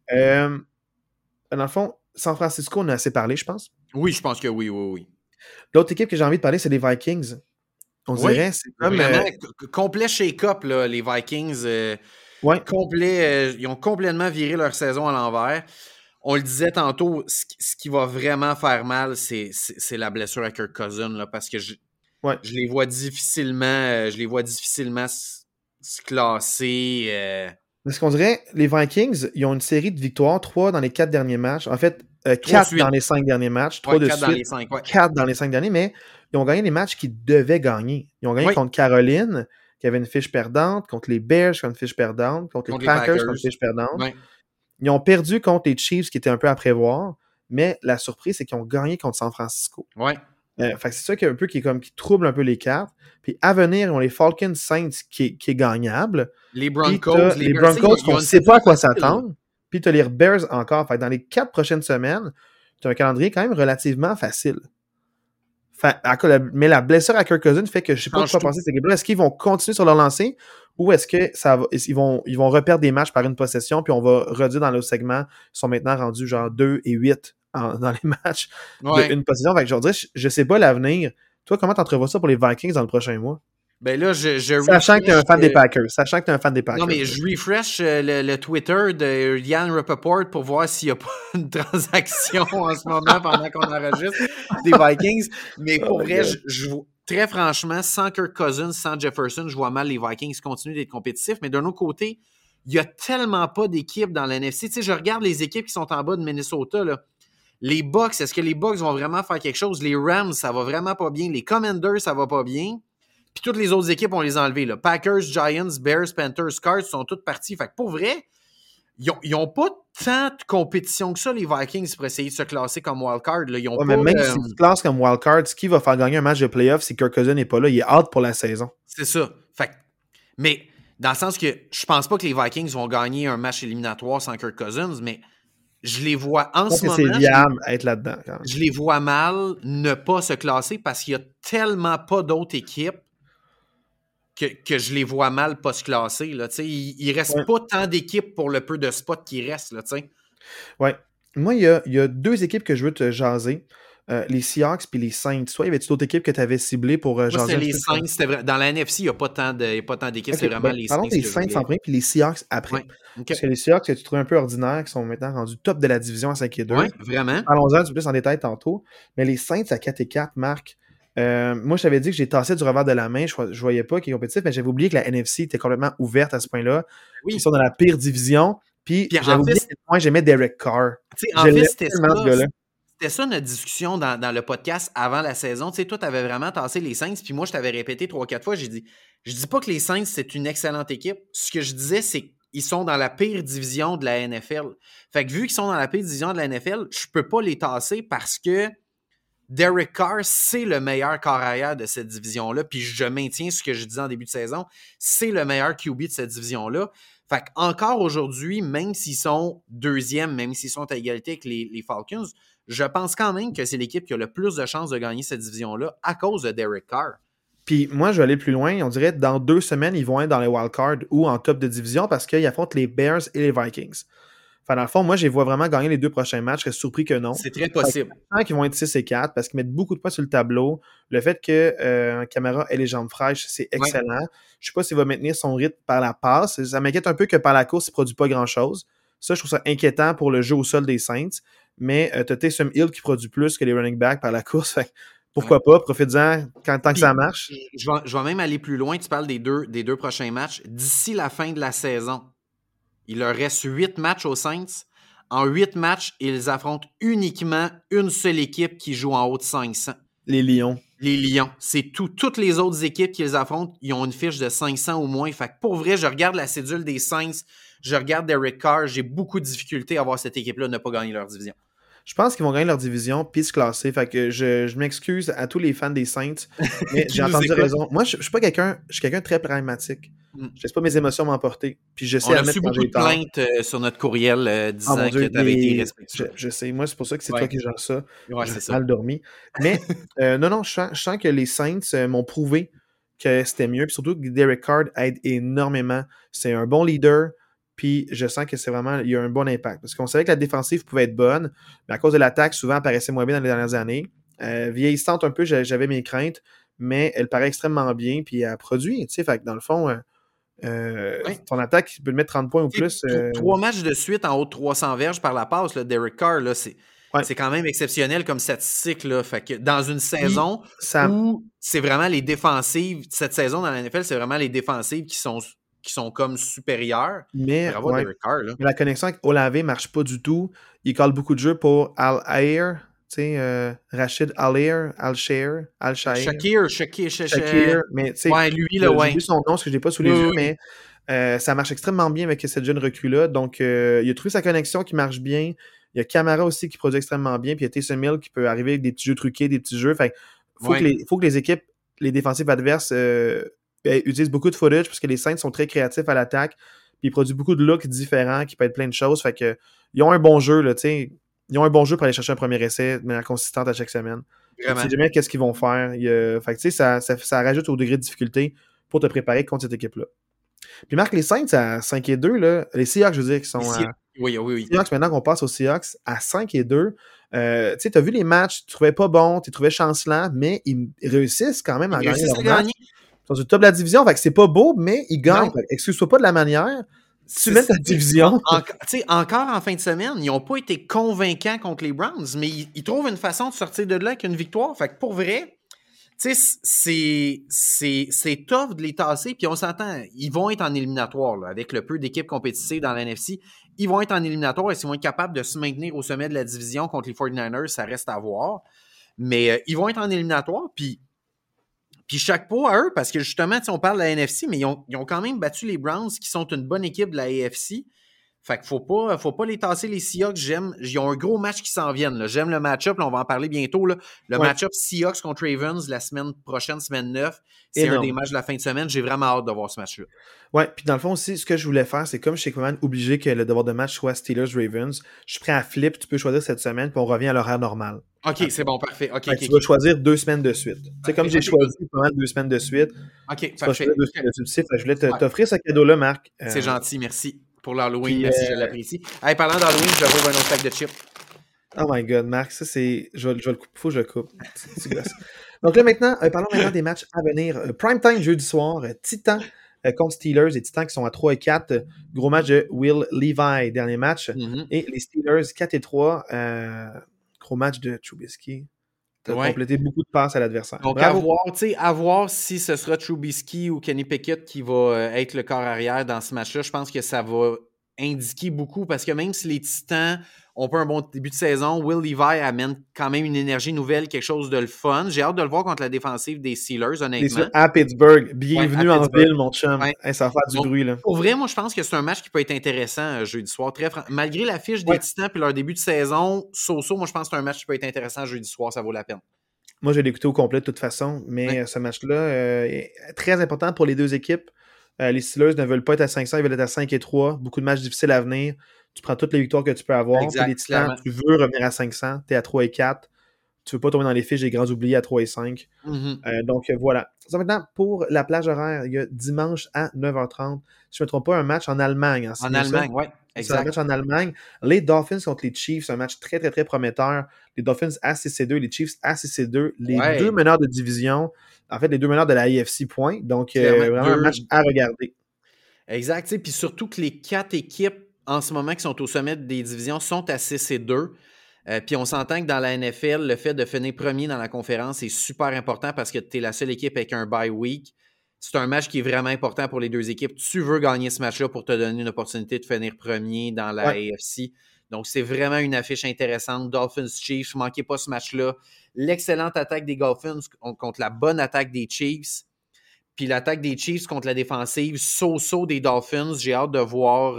Speaker 1: Dans le fond, San Francisco, on a assez parlé, je pense.
Speaker 2: Oui, je pense que oui.
Speaker 1: L'autre équipe que j'ai envie de parler, c'est les Vikings. On dirait, c'est comme...
Speaker 2: Vraiment, complet shake-up, là, les Vikings. Complet, ils ont complètement viré leur saison à l'envers. On le disait tantôt, ce qui va vraiment faire mal, c'est la blessure à Kirk Cousins, là, parce que je les vois difficilement, se classer.
Speaker 1: Parce qu'on dirait, les Vikings, ils ont une série de victoires, 3 dans les 4 derniers matchs. En fait, 4 dans les 5 derniers matchs, 3 de suite, 4 dans les 5 derniers, mais ils ont gagné les matchs qu'ils devaient gagner. Ils ont gagné contre Caroline, qui avait une fiche perdante, contre les Bears, qui ont une fiche perdante, contre les Packers, qui ont une fiche perdante. Ils ont perdu contre les Chiefs, qui étaient un peu à prévoir, mais la surprise, c'est qu'ils ont gagné contre San Francisco. Fait que c'est ça qui trouble un peu les cartes. Puis à venir, ils ont les Falcons Saints qui est gagnable.
Speaker 2: Les Broncos,
Speaker 1: on ne sait pas à quoi s'attendre. Puis tu as les Bears encore. Fait que dans les 4 prochaines semaines, tu as un calendrier quand même relativement facile. Mais la blessure à Kirk Cousins fait que je ne sais pas quoi penser de ces équipes-là. Est-ce qu'ils vont continuer sur leur lancée ou est-ce que ils vont reperdre des matchs par une possession puis on va redire dans le segment, ils sont maintenant rendus genre 2-8 dans les matchs d'une possession. Fait que je ne sais pas l'avenir. Toi, comment tu entrevois ça pour les Vikings dans le prochain mois?
Speaker 2: Ben là,
Speaker 1: sachant que tu es un fan des Packers.
Speaker 2: Non, mais je refresh le Twitter de Ian Rappaport pour voir s'il n'y a pas une transaction en ce moment pendant qu'on enregistre des Vikings. Mais pour vrai, très franchement, sans Kirk Cousins, sans Jefferson, je vois mal les Vikings continuer d'être compétitifs. Mais d'un autre côté, il n'y a tellement pas d'équipes dans la NFC. Tu sais, je regarde les équipes qui sont en bas de Minnesota, là. Les Bucks, est-ce que les Bucks vont vraiment faire quelque chose? Les Rams, ça va vraiment pas bien. Les Commanders, ça va pas bien. Puis toutes les autres équipes, on les a enlevées. Là. Packers, Giants, Bears, Panthers, Cards sont toutes parties. Fait que pour vrai, ils n'ont pas tant de compétition que ça, les Vikings, pour essayer de se classer comme wildcard.
Speaker 1: Mais même si tu te classes comme wildcard, ce qui va faire gagner un match de playoff, si Kirk Cousins n'est pas là, il est out pour la saison.
Speaker 2: C'est ça. Fait mais dans le sens que je pense pas que les Vikings vont gagner un match éliminatoire sans Kirk Cousins, mais je les vois en ce moment.
Speaker 1: C'est viable à être là-dedans.
Speaker 2: Je les vois mal ne pas se classer parce qu'il y a tellement pas d'autres équipes que je les vois mal pas se classer. Là, il reste pas tant d'équipes pour le peu de spots qui restent. Là,
Speaker 1: ouais. Moi, il y a deux équipes que je veux te jaser. Les Seahawks puis les Saints. Toi, y avait-tu d'autres équipes que tu avais ciblées pour
Speaker 2: moi,
Speaker 1: jaser
Speaker 2: c'est
Speaker 1: un
Speaker 2: les
Speaker 1: petit peu?
Speaker 2: Saints. Dans la NFC, il n'y a pas tant d'équipes.
Speaker 1: Ok,
Speaker 2: C'est vraiment
Speaker 1: ben,
Speaker 2: les
Speaker 1: parlons
Speaker 2: Saints
Speaker 1: des
Speaker 2: que je
Speaker 1: Saints en
Speaker 2: voulais.
Speaker 1: premier puis les Seahawks après.
Speaker 2: Ouais. OK.
Speaker 1: Parce que les Seahawks, que tu trouves un peu ordinaires, qui sont maintenant rendus top de la division à 5-2.
Speaker 2: Ouais, vraiment.
Speaker 1: Parlons-en un petit peu plus en détail tantôt. Mais les Saints à 4-4, Marc. Moi, je t'avais dit que j'ai tassé du revers de la main. Je voyais pas qu'ils est compétitif, mais j'avais oublié que la NFC était complètement ouverte à ce point-là. Ils
Speaker 2: Oui.
Speaker 1: sont dans la pire division. Puis
Speaker 2: Puis
Speaker 1: j'avais
Speaker 2: en
Speaker 1: oublié
Speaker 2: fait,
Speaker 1: à quel point j'aimais Derek Carr.
Speaker 2: en
Speaker 1: Je
Speaker 2: fait
Speaker 1: l'aime
Speaker 2: c'était
Speaker 1: tellement, ce
Speaker 2: ça.
Speaker 1: gars-là.
Speaker 2: C'était ça notre discussion dans le podcast avant la saison. Tu sais, toi, tu avais vraiment tassé les Saints, puis moi, je t'avais répété 3-4 fois. J'ai dit, je dis pas que les Saints, c'est une excellente équipe. Ce que je disais, c'est qu'ils sont dans la pire division de la NFL. Fait que vu qu'ils sont dans la pire division de la NFL, je peux pas les tasser parce que Derek Carr, c'est le meilleur corps arrière de cette division-là. Puis je maintiens ce que je disais en début de saison. C'est le meilleur QB de cette division-là. Fait qu'encore aujourd'hui, même s'ils sont deuxième, même s'ils sont à égalité avec les Falcons, je pense quand même que c'est l'équipe qui a le plus de chances de gagner cette division-là à cause de Derek Carr.
Speaker 1: Puis moi, je vais aller plus loin. On dirait que dans 2 semaines, ils vont être dans les wildcards ou en top de division parce qu'ils affrontent les Bears et les Vikings. Enfin, dans le fond, moi, je les vois vraiment gagner les 2 prochains matchs. Je serais surpris que non.
Speaker 2: C'est très possible.
Speaker 1: Je pense qu'ils vont être 6-4 parce qu'ils mettent beaucoup de points sur le tableau. Le fait que Camara ait les jambes fraîches, c'est excellent. Ouais. Je sais pas s'il va maintenir son rythme par la passe. Ça m'inquiète un peu que par la course, il ne produit pas grand-chose. Ça, je trouve ça inquiétant pour le jeu au sol des Saints. Mais tu as Taysom Hill qui produit plus que les running backs par la course. Fait, pourquoi pas? Profite-en tant que ça marche.
Speaker 2: Je vais même aller plus loin. Tu parles des deux prochains matchs. D'ici la fin de la saison, il leur reste 8 matchs aux Saints. En 8 matchs, ils affrontent uniquement une seule équipe qui joue en haut de 500.
Speaker 1: Les Lions.
Speaker 2: Les Lions. C'est tout. Toutes les autres équipes qu'ils affrontent, ils ont une fiche de 500 au moins. Fait que pour vrai, je regarde la cédule des Saints, je regarde Derek Carr, j'ai beaucoup de difficultés à voir cette équipe-là ne pas gagner leur division.
Speaker 1: Je pense qu'ils vont gagner leur division puis se classer. Fait que je m'excuse à tous les fans des Saints, mais j'ai entendu raison. Moi, je suis pas quelqu'un, je suis quelqu'un de très pragmatique. Je laisse pas mes émotions m'emporter. Puis je sais
Speaker 2: on a reçu beaucoup de plaintes sur notre courriel disant que tu avais été irrespectueux.
Speaker 1: Je sais, moi, c'est pour ça que c'est toi qui gères ça.
Speaker 2: Ouais,
Speaker 1: j'ai mal dormi. Mais non, je sens que les Saints m'ont prouvé que c'était mieux. Puis surtout que Derek Carr aide énormément. C'est un bon leader. Puis je sens que c'est vraiment, il y a un bon impact. Parce qu'on savait que la défensive pouvait être bonne, mais à cause de l'attaque, souvent, elle paraissait moins bien dans les dernières années. Vieillissante un peu, j'avais mes craintes, mais elle paraît extrêmement bien, puis elle produit, tu sais, fait que dans le fond, ton attaque, tu peux le mettre 30 points ou plus.
Speaker 2: 3 matchs de suite en haut de 300 verges par la passe, là, Derek Carr, là, c'est quand même exceptionnel comme statistique. Là. Fait que dans une saison où c'est vraiment les défensives, cette saison dans la NFL, c'est vraiment les défensives qui sont comme supérieurs.
Speaker 1: Mais,
Speaker 2: Derek Carr, là.
Speaker 1: Mais la connexion avec Olave ne marche pas du tout. Il colle beaucoup de jeux pour Al-Air, tu sais, Rachid Al-Air, Al-Shair,
Speaker 2: Shakir.
Speaker 1: Mais tu sais,
Speaker 2: ouais, lui, là, ouais.
Speaker 1: J'ai vu son nom, parce que je n'ai pas sous les yeux, mais ça marche extrêmement bien avec cette jeune recrue-là. Donc, il a trouvé sa connexion qui marche bien. Il y a Camara aussi qui produit extrêmement bien. Puis il y a Taysom Hill qui peut arriver avec des petits jeux truqués, des petits jeux. Fait faut que les équipes, les défensives adverses utilisent beaucoup de footage parce que les Saints sont très créatifs à l'attaque. Puis ils produisent beaucoup de looks différents qui peuvent être plein de choses. Fait que ils ont un bon jeu, là, tu sais. Ils ont un bon jeu pour aller chercher un premier essai de manière consistante à chaque semaine. Tu sais jamais qu'est-ce qu'ils vont faire. Fait que tu sais, ça rajoute au degré de difficulté pour te préparer contre cette équipe-là. Puis Marc, les Saints à 5-2, là, les Seahawks, je veux dire, qui sont
Speaker 2: oui.
Speaker 1: Seahawks, maintenant qu'on passe aux Seahawks, à 5-2, tu sais, t'as vu les matchs, tu trouvais pas bon, tu trouvais chancelant, mais ils réussissent quand même à gagner leur match. Ils sont du top de la division, fait que c'est pas beau, mais ils gagnent. Excuse-toi pas de la manière. Tu mets ta division.
Speaker 2: Encore en fin de semaine, ils n'ont pas été convaincants contre les Browns, mais ils trouvent une façon de sortir de là avec une victoire. Fait que pour vrai, tu sais, c'est tough de les tasser, puis on s'entend, ils vont être en éliminatoire, là, avec le peu d'équipes compétitives dans la NFC. Ils vont être en éliminatoire et s'ils vont être capables de se maintenir au sommet de la division contre les 49ers, ça reste à voir. Mais ils vont être en éliminatoire, puis chapeau à eux, parce que justement, on parle de la NFC, mais ils ont quand même battu les Browns, qui sont une bonne équipe de la AFC. Fait qu'il faut pas les tasser, les Seahawks. Ils ont un gros match qui s'en vient. J'aime le match-up, là, on va en parler bientôt. Là. Le match-up Seahawks contre Ravens la semaine prochaine, semaine 9. C'est un des matchs de la fin de semaine. J'ai vraiment hâte de voir ce match-là.
Speaker 1: Ouais, puis dans le fond aussi, ce que je voulais faire, c'est comme je suis quand même obligé que le devoir de match soit Steelers-Ravens, je suis prêt à flip, tu peux choisir cette semaine, puis on revient à l'horaire normal.
Speaker 2: OK, c'est bon, parfait. OK,
Speaker 1: Fait que
Speaker 2: OK,
Speaker 1: tu vas
Speaker 2: OK.
Speaker 1: choisir 2 semaines de suite. Tu sais, comme
Speaker 2: Parfait.
Speaker 1: j'ai
Speaker 2: OK,
Speaker 1: choisi pas mal 2 semaines de suite,
Speaker 2: OK,
Speaker 1: tu vas choisir
Speaker 2: parfait.
Speaker 1: 2
Speaker 2: OK.
Speaker 1: semaines de suite aussi. Fait que je voulais
Speaker 2: Super.
Speaker 1: t'offrir ce cadeau-là, Marc.
Speaker 2: C'est gentil, merci. Pour l'Halloween,
Speaker 1: Puis,
Speaker 2: merci, je l'apprécie. Hey, parlant d'Halloween, je vais ouvrir un autre sac de chips.
Speaker 1: oh my God, Marc, ça c'est. Je vais le couper. Faut que je le coupe. C'est gosse. Donc là, maintenant, parlons maintenant des matchs à venir. Prime time jeudi soir, Titans contre Steelers. Les Titans qui sont à 3 et 4. Gros match de Will Levi, dernier match.
Speaker 2: Mhm.
Speaker 1: Et les Steelers 4 et 3. Gros match de Trubisky. Tu as
Speaker 2: Ouais.
Speaker 1: complété beaucoup de passes à l'adversaire.
Speaker 2: Donc,
Speaker 1: Bravo.
Speaker 2: à voir si ce sera Trubisky ou Kenny Pickett qui va être le corps arrière dans ce match-là. Je pense que ça va indiquer beaucoup parce que même si les Titans ont pas un bon début de saison, Will Levi amène quand même une énergie nouvelle, quelque chose de le fun. J'ai hâte de le voir contre la défensive des Steelers, honnêtement.
Speaker 1: À Pittsburgh.
Speaker 2: Ouais,
Speaker 1: Bienvenue
Speaker 2: à
Speaker 1: en
Speaker 2: Pittsburgh.
Speaker 1: ville, mon chum.
Speaker 2: Ouais.
Speaker 1: Hey, ça va faire du
Speaker 2: Donc,
Speaker 1: bruit, là.
Speaker 2: pour vrai, moi, je pense que c'est un match qui peut être intéressant jeudi soir. Malgré l'affiche des Titans et leur début de saison, so-so, moi, je pense que c'est un match qui peut être intéressant jeudi soir. Ça vaut la peine.
Speaker 1: Moi, je vais l'écouter au complet de toute façon, mais ce match-là est très important pour les deux équipes. Les Steelers ne veulent pas être à 500, ils veulent être à 5 et 3. Beaucoup de matchs difficiles à venir. Tu prends toutes les victoires que tu peux avoir.
Speaker 2: Exact,
Speaker 1: puis les Titans,
Speaker 2: clairement.
Speaker 1: tu veux revenir à 500, tu es à 3 et 4. Tu veux pas tomber dans les fiches des grands oubliés à 3 et 5. Donc voilà. Ça, maintenant, pour la plage horaire, il y a dimanche à 9h30. Si je ne me trompe pas, un match en Allemagne. Hein,
Speaker 2: en Allemagne, oui.
Speaker 1: C'est un match en Allemagne. Les Dolphins contre les Chiefs, c'est un match très, très, très prometteur. Les Dolphins à 6-2, les Chiefs à 6-2. Les deux meneurs de division, en fait, les deux meneurs de la AFC, point. Donc, vraiment un match à regarder.
Speaker 2: Exact. Puis surtout que les 4 équipes en ce moment qui sont au sommet des divisions sont à 6-2. Puis on s'entend que dans la NFL, le fait de finir premier dans la conférence est super important parce que tu es la seule équipe avec un bye week. C'est un match qui est vraiment important pour les deux équipes. Tu veux gagner ce match-là pour te donner une opportunité de finir premier dans la AFC. Donc, c'est vraiment une affiche intéressante. Dolphins-Chiefs, ne manquez pas ce match-là. L'excellente attaque des Dolphins contre la bonne attaque des Chiefs. Puis l'attaque des Chiefs contre la défensive so-so des Dolphins. J'ai hâte de voir,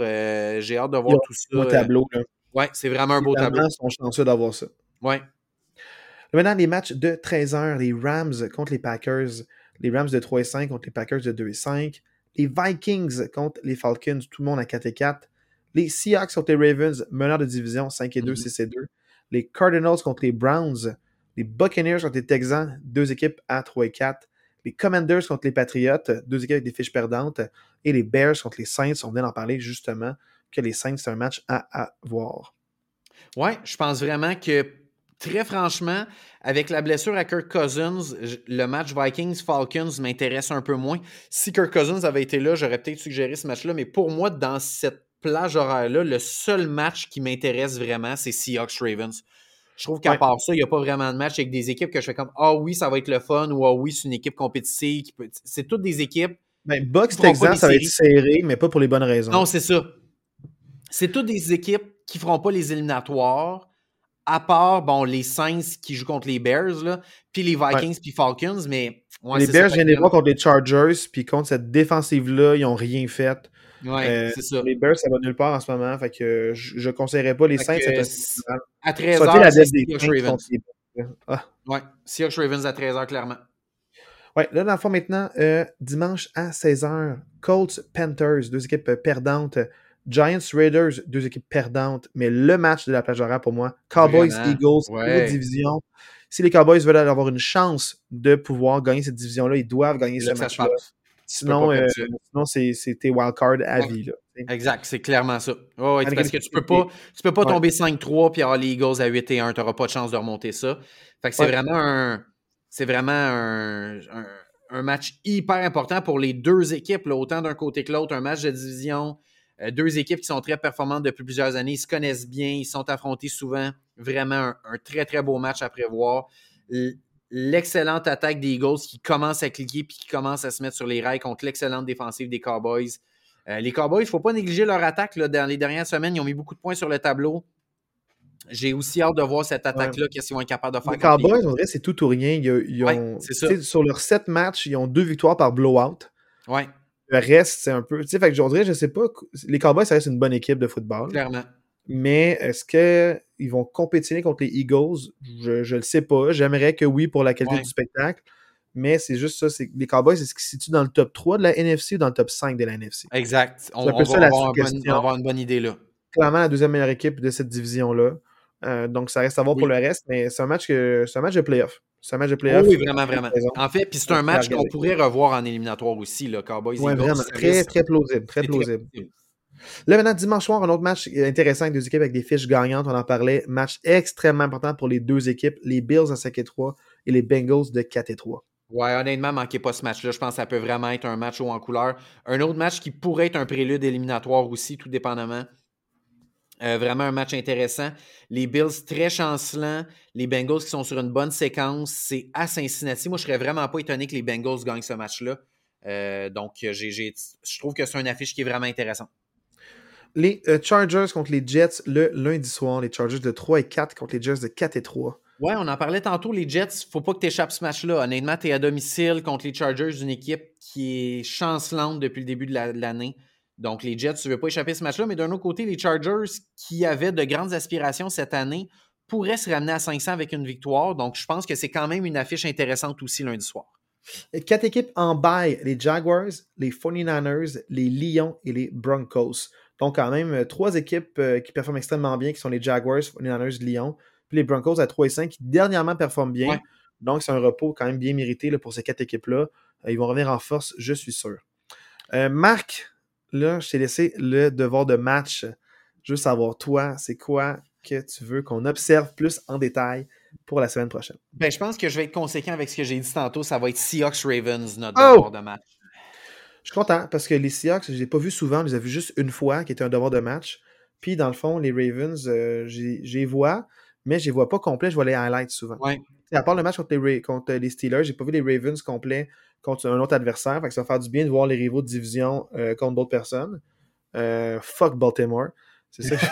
Speaker 2: tout ça.
Speaker 1: Un tableau, là.
Speaker 2: Oui, c'est vraiment un beau tableau.
Speaker 1: Ils sont chanceux d'avoir ça.
Speaker 2: Oui.
Speaker 1: Maintenant, les matchs de 13h, les Rams contre les Packers, les Rams de 3 et 5 contre les Packers de 2 et 5, les Vikings contre les Falcons, tout le monde à 4 et 4, les Seahawks contre les Ravens, meneurs de division 5 et 2, 6 et 2, les Cardinals contre les Browns, les Buccaneers contre les Texans, deux équipes à 3 et 4, les Commanders contre les Patriots, deux équipes avec des fiches perdantes, et les Bears contre les Saints. On vient d'en parler justement, que les Saints, c'est un match à voir.
Speaker 2: Oui, je pense vraiment que, très franchement, avec la blessure à Kirk Cousins, le match Vikings-Falcons m'intéresse un peu moins. Si Kirk Cousins avait été là, j'aurais peut-être suggéré ce match-là, mais pour moi, dans cette plage horaire-là, le seul match qui m'intéresse vraiment, c'est Seahawks-Ravens. Je trouve qu'à part ça, il n'y a pas vraiment de match avec des équipes que je fais comme « Ah oui, ça va être le fun » ou « Ah oui, c'est une équipe compétitive. » C'est toutes des équipes...
Speaker 1: Bucks-Texans, ça va être serré, mais pas pour les bonnes raisons.
Speaker 2: Non, c'est ça. C'est toutes des équipes qui ne feront pas les éliminatoires, à part, les Saints qui jouent contre les Bears, là, puis les Vikings puis Falcons, mais...
Speaker 1: les Bears viennent les voir contre les Chargers, puis contre cette défensive-là, ils n'ont rien fait.
Speaker 2: C'est ça.
Speaker 1: Les Bears, ça va nulle part en ce moment, fait que je ne conseillerais pas les Saints.
Speaker 2: À 13h, c'est Seahawks-Ravens. Seahawks-Ravens à 13h, clairement.
Speaker 1: Ouais, là, dans le fond, maintenant, dimanche à 16h, Colts-Panthers, deux équipes perdantes. Giants-Raiders, deux équipes perdantes, mais le match de la plage horaire pour moi, Cowboys-Eagles, division. Si les Cowboys veulent avoir une chance de pouvoir gagner cette division-là, ils doivent gagner ce match-là. Sinon, c'est tes wildcards à vie. Là.
Speaker 2: Exact, c'est clairement ça. Parce que tu peux pas tomber 5-3 puis avoir les Eagles à 8-1. Tu n'auras pas de chance de remonter ça. Fait que c'est vraiment un match hyper important pour les deux équipes, là, autant d'un côté que l'autre. Un match de division. Deux équipes qui sont très performantes depuis plusieurs années. Ils se connaissent bien. Ils sont affrontés souvent. Vraiment un très, très beau match à prévoir. L'excellente attaque des Eagles qui commence à cliquer puis qui commence à se mettre sur les rails contre l'excellente défensive des Cowboys. Les Cowboys, il ne faut pas négliger leur attaque. Là, dans les dernières semaines, ils ont mis beaucoup de points sur le tableau. J'ai aussi hâte de voir cette attaque-là, qu'est-ce qu'ils vont être capables de faire.
Speaker 1: Les Cowboys, en vrai, c'est tout ou rien. Sur leurs 7 matchs, ils ont 2 victoires par blowout.
Speaker 2: Ouais.
Speaker 1: Le reste, c'est un peu... Tu sais, fait que je dirais, je sais pas... Les Cowboys, ça reste une bonne équipe de football.
Speaker 2: Clairement.
Speaker 1: Mais est-ce qu'ils vont compétitionner contre les Eagles? Je le sais pas. J'aimerais que oui pour la qualité du spectacle. Mais c'est juste ça. Les Cowboys, est-ce qu'ils se situent dans le top 3 de la NFC ou dans le top 5 de la NFC?
Speaker 2: Exact. On va avoir une bonne idée là.
Speaker 1: Clairement, la deuxième meilleure équipe de cette division-là. Donc, ça reste à voir pour
Speaker 2: Oui.
Speaker 1: le reste, mais c'est un match de playoff. C'est un match de
Speaker 2: Oh
Speaker 1: playoff.
Speaker 2: oui, vraiment, vraiment. En fait, puis c'est un match qu'on pourrait revoir en éliminatoire aussi, là,
Speaker 1: Ouais,
Speaker 2: Cowboys-Eagles.
Speaker 1: vraiment. Très, très plausible. Très
Speaker 2: C'est très
Speaker 1: plausible.
Speaker 2: possible.
Speaker 1: Là, maintenant, dimanche soir, un autre match intéressant avec deux équipes avec des fiches gagnantes. On en parlait. Match extrêmement important pour les deux équipes. Les Bills à 5-3 et les Bengals de 4-3.
Speaker 2: Ouais, honnêtement, manquez pas ce match-là. Je pense que ça peut vraiment être un match haut en couleur. Un autre match qui pourrait être un prélude éliminatoire aussi, tout dépendamment. Vraiment un match intéressant. Les Bills très chancelants. Les Bengals qui sont sur une bonne séquence. C'est à Cincinnati. Moi, je serais vraiment pas étonné que les Bengals gagnent ce match-là. Donc, je trouve que c'est une affiche qui est vraiment intéressante.
Speaker 1: Les Chargers contre les Jets le lundi soir. Les Chargers de 3-4 contre les Jets de 4-3.
Speaker 2: Ouais, on en parlait tantôt, les Jets, faut pas que tu échappes ce match-là. Honnêtement, tu es à domicile contre les Chargers, une équipe qui est chancelante depuis le début de l'année. Donc, les Jets, tu ne veux pas échapper ce match-là, mais d'un autre côté, les Chargers, qui avaient de grandes aspirations cette année, pourraient se ramener à 500 avec une victoire. Donc, je pense que c'est quand même une affiche intéressante aussi lundi soir.
Speaker 1: 4 équipes en bail, les Jaguars, les 49ers, les Lions et les Broncos. Donc, quand même, 3 équipes qui performent extrêmement bien, qui sont les Jaguars, 49ers, Lions, puis les Broncos à 3-5 qui dernièrement performent bien.
Speaker 2: Ouais.
Speaker 1: Donc, c'est un repos quand même bien mérité là, pour ces 4 équipes-là. Ils vont revenir en force, je suis sûr. Marc, là, je t'ai laissé le devoir de match. Je veux savoir, toi, c'est quoi que tu veux qu'on observe plus en détail pour la semaine prochaine?
Speaker 2: Ben, je pense que je vais être conséquent avec ce que j'ai dit tantôt. Ça va être Seahawks-Ravens, notre devoir de match.
Speaker 1: Je suis content parce que les Seahawks, je ne les ai pas vus souvent, je les ai vus juste une fois, qui était un devoir de match. Puis, dans le fond, les Ravens, je les vois, mais je les vois pas complets, je vois les highlights souvent.
Speaker 2: Ouais.
Speaker 1: À part le match contre les Steelers, j'ai pas vu les Ravens complets contre un autre adversaire. Fait que ça va faire du bien de voir les rivaux de division contre d'autres personnes. Fuck Baltimore. C'est ça que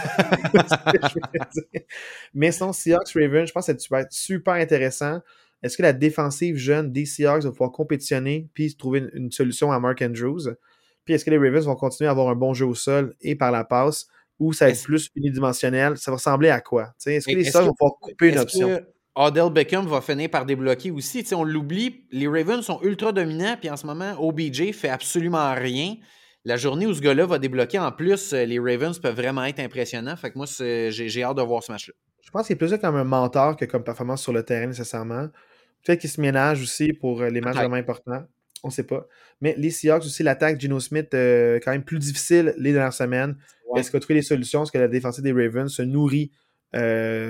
Speaker 1: je voulais dire. Mais sinon, Seahawks-Ravens, je pense que ça va être super intéressant. Est-ce que la défensive jeune des Seahawks va pouvoir compétitionner puis trouver une solution à Mark Andrews? Puis est-ce que les Ravens vont continuer à avoir un bon jeu au sol et par la passe ou ça va être plus unidimensionnel? Ça va ressembler à quoi? Est-ce que les Seahawks vont pouvoir couper une option?
Speaker 2: Que Odell Beckham va finir par débloquer aussi? On l'oublie, les Ravens sont ultra dominants, puis en ce moment, OBJ fait absolument rien. La journée où ce gars-là va débloquer, en plus, les Ravens peuvent vraiment être impressionnants. Fait que moi, j'ai hâte de voir ce match-là.
Speaker 1: Je pense qu'il est plus là comme un mentor que comme performance sur le terrain nécessairement. Peut-être qu'il se ménage aussi pour les matchs vraiment importants. On ne sait pas. Mais les Seahawks aussi, l'attaque Geno Smith, quand même plus difficile les dernières semaines.
Speaker 2: Ouais.
Speaker 1: Est-ce qu'il a trouvé des solutions? Est-ce que la défensive des Ravens se nourrit dans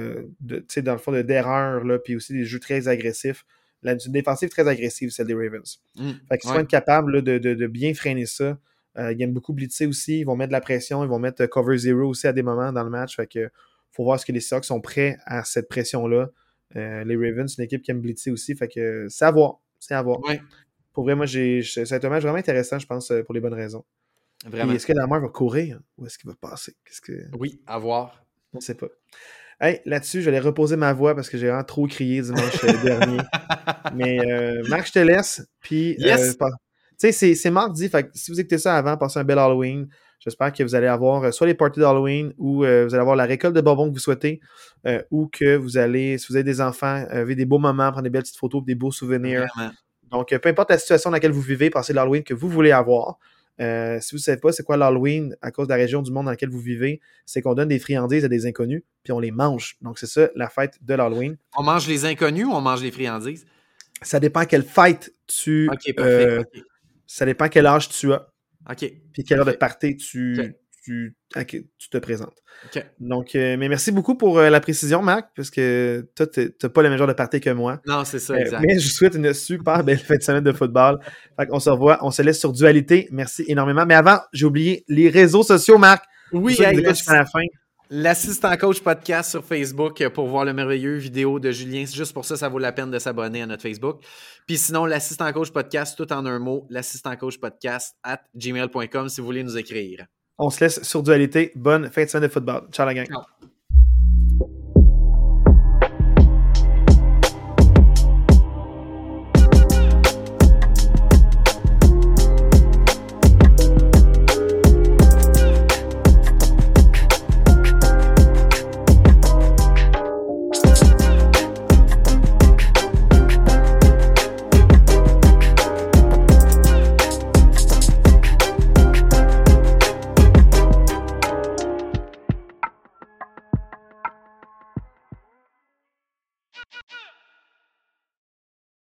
Speaker 1: le fond d'erreurs, puis aussi des jeux très agressifs? Une défensive très agressive, celle des Ravens. Fait qu'ils soient capables là, de bien freiner ça. Ils aiment beaucoup blitzer aussi. Ils vont mettre de la pression. Ils vont mettre cover zero aussi à des moments dans le match. Fait que faut voir ce que les Seahawks sont prêts à cette pression-là. Les Ravens, c'est une équipe qui aime blitzer aussi. Fait que c'est à voir. C'est à voir.
Speaker 2: Ouais.
Speaker 1: Pour vrai, moi, ça va être un match vraiment intéressant, je pense, pour les bonnes raisons.
Speaker 2: Vraiment.
Speaker 1: Est-ce que Lamar va courir ou est-ce qu'il va passer?
Speaker 2: Oui, à voir.
Speaker 1: On ne sait pas. Hey, là-dessus, je vais reposer ma voix parce que j'ai vraiment trop crié dimanche dernier. Mais Marc, je te laisse. Puis,
Speaker 2: yes!
Speaker 1: c'est mardi. Fait que si vous écoutez ça avant, passez un bel Halloween. J'espère que vous allez avoir soit les parties d'Halloween ou vous allez avoir la récolte de bonbons que vous souhaitez ou que vous allez, si vous avez des enfants, vivre des beaux moments, prendre des belles petites photos, des beaux souvenirs.
Speaker 2: Vraiment.
Speaker 1: Donc, peu importe la situation dans laquelle vous vivez, passez l'Halloween que vous voulez avoir. Si vous ne savez pas c'est quoi l'Halloween à cause de la région du monde dans laquelle vous vivez, c'est qu'on donne des friandises à des inconnus puis on les mange. Donc, c'est ça la fête de l'Halloween.
Speaker 2: On mange les inconnus ou on mange les friandises?
Speaker 1: Ça dépend quelle fête tu...
Speaker 2: OK, parfait. Okay.
Speaker 1: Ça dépend quel âge tu as.
Speaker 2: OK.
Speaker 1: Puis quelle heure de party tu te présentes.
Speaker 2: Okay.
Speaker 1: Donc, mais merci beaucoup pour la précision, Marc, parce que toi, tu n'as pas le même genre de party que moi.
Speaker 2: Non, c'est ça, exact.
Speaker 1: Mais je vous souhaite une super belle fin de semaine de football. Fait qu'on se revoit, on se laisse sur Dualité. Merci énormément. Mais avant, j'ai oublié les réseaux sociaux, Marc.
Speaker 2: Oui,
Speaker 1: jusqu'à la fin.
Speaker 2: L'assistant coach podcast sur Facebook pour voir le merveilleux vidéo de Julien. Juste pour ça, ça vaut la peine de s'abonner à notre Facebook. Puis sinon, l'assistant coach podcast, tout en un mot, l'assistant coach podcast @gmail.com si vous voulez nous écrire.
Speaker 1: On se laisse sur Dualité. Bonne fin de semaine de football. Ciao la gang. Ciao.